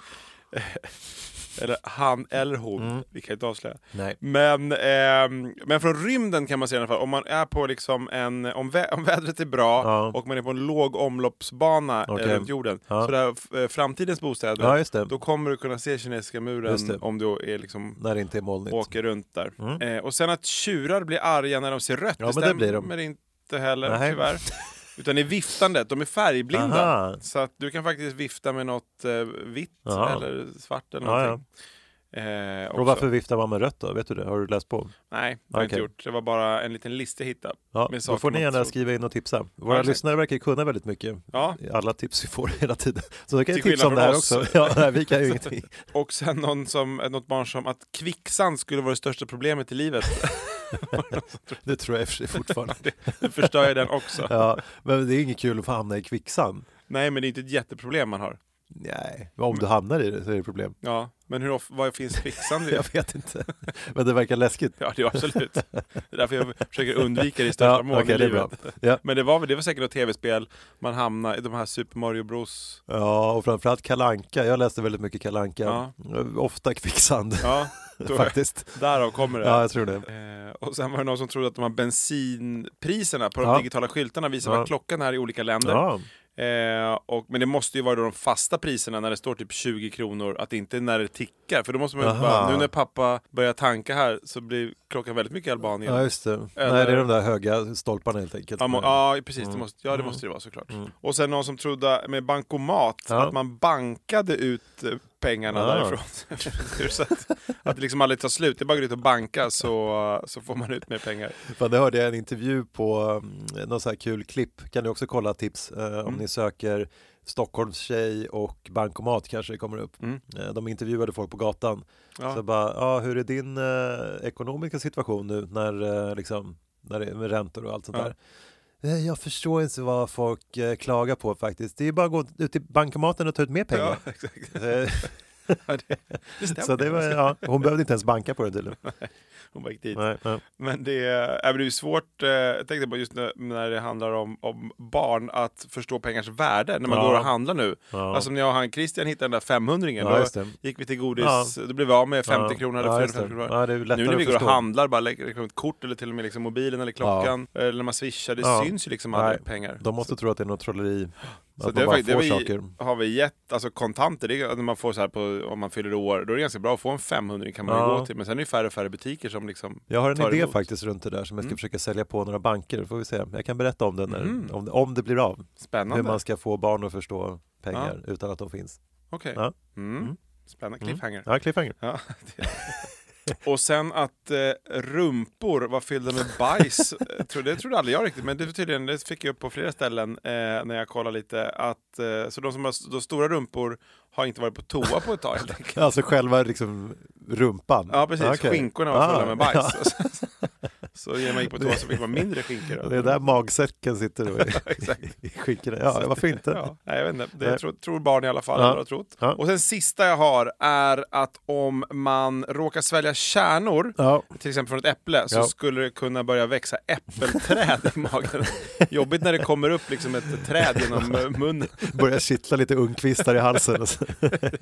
Eller han eller hon, Mm. vi kan inte avslöja. Nej. Men, eh, men från rymden kan man se i alla fall, om man är på liksom en, om, vä- om vädret är bra Ja. och man är på en låg omloppsbana Okej. eh, runt jorden, Ja. så där eh, framtidens bostäder, Ja, just det. då kommer du kunna se kinesiska Just muren det. om du är liksom När det inte är molnigt. åker runt där. Mm. Eh, och sen att tjurar blir arga när de ser rött, Ja, det men det blir stämmer de. inte heller Nej. tyvärr. Utan i viftandet, de är färgblinda. Aha. Så att du kan faktiskt vifta med något eh, vitt Aha. eller svart eller Ja, någonting. Eh, Och varför viftar man med rött då? Vet du det? Har du läst på? Nej, det har jag inte Okej. gjort. Det var bara en liten lista jag hittade. Ja, med då saker får ni man gärna tror. skriva in och tipsa. Våra exakt. lyssnare verkar kunna väldigt mycket. Ja. Alla tips vi får hela tiden. Så då kan Till jag tipsa om det skillnad här från också. oss. Ja, nej, vi kan ju ingenting. Och sen någon som, något barn som att kvicksand skulle vara det största problemet i livet. Det tror jag i och för sig fortfarande. Nu förstör jag den också. Ja, men det är inget kul att få hamna i kvicksand. Nej, men det är inte ett jätteproblem man har. Nej, om du hamnar i det så är det problem. Ja, men hur of- vad finns kvicksand i? Jag vet inte. Men det verkar läskigt. Ja, det är absolut. Det är därför jag försöker undvika det i största Ja, mån okej, i det är livet. bra. Ja. Men det var, väl- det var säkert något tv-spel man hamnade i, de här Super Mario Bros. Ja, och framförallt Kalle Anka. Jag läste väldigt mycket Kalle Anka. Ja. Ofta kvicksand. Ja, då, Faktiskt. därav kommer det. Ja, jag tror det. Eh, och sen var det någon som trodde att de här bensinpriserna på de Ja. digitala skyltarna visar Ja. vad klockan är i olika länder. Ja. Eh, och, men det måste ju vara då de fasta priserna när det står typ tjugo kronor, att inte när det tickar. För då måste man ju Aha. bara, nu när pappa börjar tanka här så blir klockan väldigt mycket i Albanien. Ja, just det. Eller- Nej, det är de där höga stolparna helt enkelt. Ja, må, ja precis, Mm. det måste, ja, det Mm. måste det vara såklart. Mm. Och sen någon som trodde med bankomat, Ja. att man bankade ut eh, pengarna Ja. därifrån. så att, att det liksom aldrig tar slut, det är bara att gå ut och banka så, så får man ut mer pengar. Fan, det hörde jag en intervju på um, någon så här kul klipp. Kan ni också kolla tips eh, om Mm. ni söker Stockholms tjej och bankomat kanske det kommer upp. Mm. Eh, de intervjuade folk på gatan. Ja. Så bara, ja, hur är din eh, ekonomiska situation nu när, eh, liksom, när det är med räntor och allt sånt Ja. där? Eh, Jag förstår inte vad folk eh, klagar på faktiskt. Det är bara att gå ut till bankomaten och ta ut mer pengar. Ja, exakt. Eh, Ja, det, det stämmer. så det var, ja, hon behövde inte ens banka på det tydligen. Hon bara gick dit. Nej, nej. Men det är, äh, men det är ju svårt, eh, jag tänkte på just när, när det handlar om, om barn, att förstå pengars värde när man Ja. går och handlar nu. Ja. Alltså när jag och han Christian hittade den där femhundringen, Ja, just då det. gick vi till godis, Ja. då blev vi av med femtio Ja. kronor eller Ja, just fyrahundrafemtio det. kronor. Ja, det är ju lättare Nu när vi att går och förstå. handlar, bara lägger liksom ett kort eller till och med liksom mobilen eller klockan, eller när man swishar, det Ja. syns ju liksom Nej. aldrig pengar. De måste tro att det är något trolleri. Så Att det, man bara är, det får vi, saker. har vi gett, alltså kontanter, det är, när man får så här på, om man fyller år, då är det ganska bra att få en femhundring kan man Ja. ju gå till, men sen är det färre och färre butiker som liksom Jag har en tar idé emot. faktiskt runt det där som jag ska Mm. försöka sälja på några banker. Får vi se. Jag kan berätta om det när, Mm. om, om det blir av. Spännande. Hur man ska få barn att förstå pengar utan att de finns. Okej. Ja. Mm. Mm. Spännande Mm. cliffhanger. Ja, cliffhanger. Ja, det- och sen att eh, rumpor var fyllda med bajs. Eh, tror- det trodde aldrig jag riktigt, men det, tydligen, det fick jag upp på flera ställen eh, när jag kollade lite. Att, eh, så de som har de stora rumpor har inte varit på toa på ett tag helt enkelt. Alltså själva liksom rumpan. Ja, precis. Okej. Skinkorna var fulla Ah, med bajs. ja. Så när man gick på toa så fick man mindre skinkor. Då. Det är där magsäcken sitter då i, Exakt. i skinkorna. Ja, varför inte? Ja, nej, jag vet inte. Det Nej. tror, tror barn i alla fall. Ja. Eller har trott. Ja. Och sen sista jag har är att om man råkar svälja kärnor, Ja. till exempel från ett äpple, så Ja. skulle det kunna börja växa äppelträd i magen. Jobbigt när det kommer upp liksom ett träd genom eh, munnen. Börjar kittla lite ungkvistar i halsen. Och så.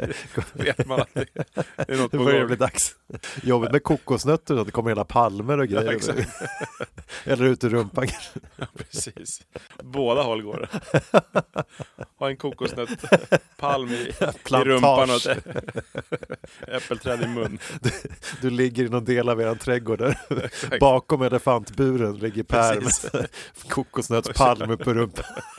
Vet man att det är något Det på börjar gång. bli dags. Jobbigt med kokosnötter och det kommer hela palmer och grejer. Ja, exakt. Eller ut ur rumpan. Ja, precis. Båda håll går det. Ha en kokosnöt palm i, i Plantage. rumpan och ett äppelträd i mun. Du, du ligger i någon del av er trädgård där. Exakt. Bakom elefantburen ligger Per Precis. med kokosnötspalm upp på rumpan.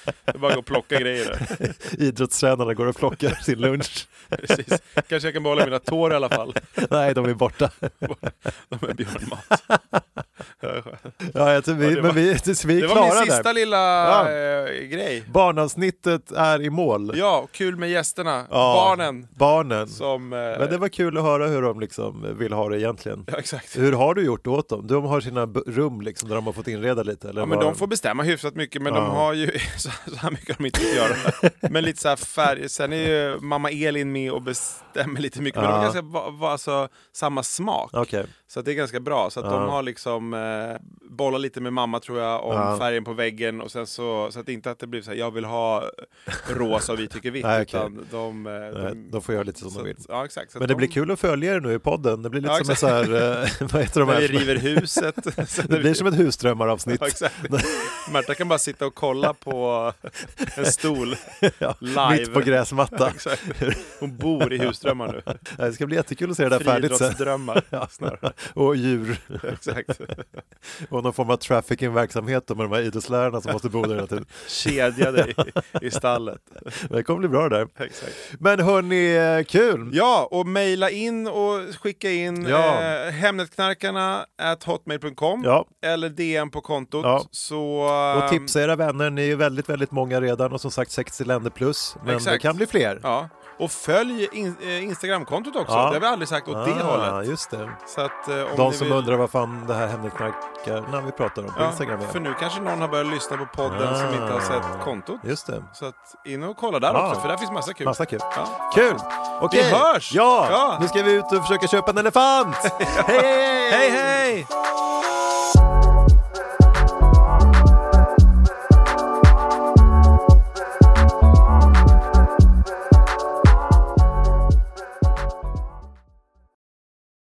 Det är bara att gå och plocka grejer där. Idrottstränarna går och plockar sin lunch. Precis. Kanske jag kan behålla mina tår i alla fall. Nej, de är borta. De är björnmat. Ja, jag tror vi, Ja, det men var- vi, vi är Det klara var min sista där. lilla Ja. eh, grej. Barnavsnittet är i mål. Ja, kul med gästerna. Ja, Barnen. Barnen. Som... Eh, Men det var kul att höra hur de liksom vill ha det egentligen. Ja, exakt. Hur har du gjort åt dem? De har sina b- rum liksom, där de har fått inreda lite? Eller Ja, men vad? de får bestämma hyfsat mycket, men Ja. de har ju så, så här mycket har de inte att göra. Men lite så här färg. Sen är ju mamma Elin med och bestämmer lite mycket. Men Ja. de har ganska va, va, alltså, samma smak. Okej. Så att det är ganska bra. Så att Ja. de har liksom eh, bollat lite med mamma tror jag om Ja. färgen på väggen. Och sen så, så att inte att det blir så här, jag vill ha rosa och vi tycker vitt. Nej, okej. Utan de, eh, Nej, de, de får göra lite som så de vill. att- Ja, exakt. Så Men att det de, blir kul att följa er nu i podden. Det blir lite Ja, som en så här, eh, vad heter de när här? vi river huset. Så Det blir som ett husdrömmaravsnitt. Ja, exakt. Märta kan bara sitta och kolla på en stol Ja, live. mitt på gräsmatta. Exakt. Hon bor i husdrömmar nu. Det ska bli jättekul att se det där färdigt sen. Friidrottsdrömmar. Ja. Snarare. Och djur. Exakt. Och någon form av trafficking-verksamhet då med de här idrottslärarna som måste bo där hela tiden. Kedjade i, i stallet. Det kommer bli bra där. Exakt. Men hörni, kul! Ja, och mejla in och skicka in Ja. eh, hemnetknarkarna at hotmail punkt com Ja. eller D M på kontot. Ja. Så, Och ehm, tipsa era vänner, ni är väldigt, väldigt många redan och som sagt sextio länder plus. Men Exakt. det kan bli fler. Ja. Och följ in, eh, Instagramkontot också. Ja. Det har vi aldrig sagt åt det hållet. Just det. Så att, eh, om De ni som vill... undrar vad fan det här Hemnetknarkarna vi pratar om på Instagram för är. nu kanske någon har börjat lyssna på podden som inte har sett kontot. Just det. Så att in och kolla där Ja. också, för där finns massa kul. Massa kul. Ja. Kul! Okej. Vi hörs! Ja, Ja. nu ska vi ut och försöka köpa en elefant! Hej! Hej, hej!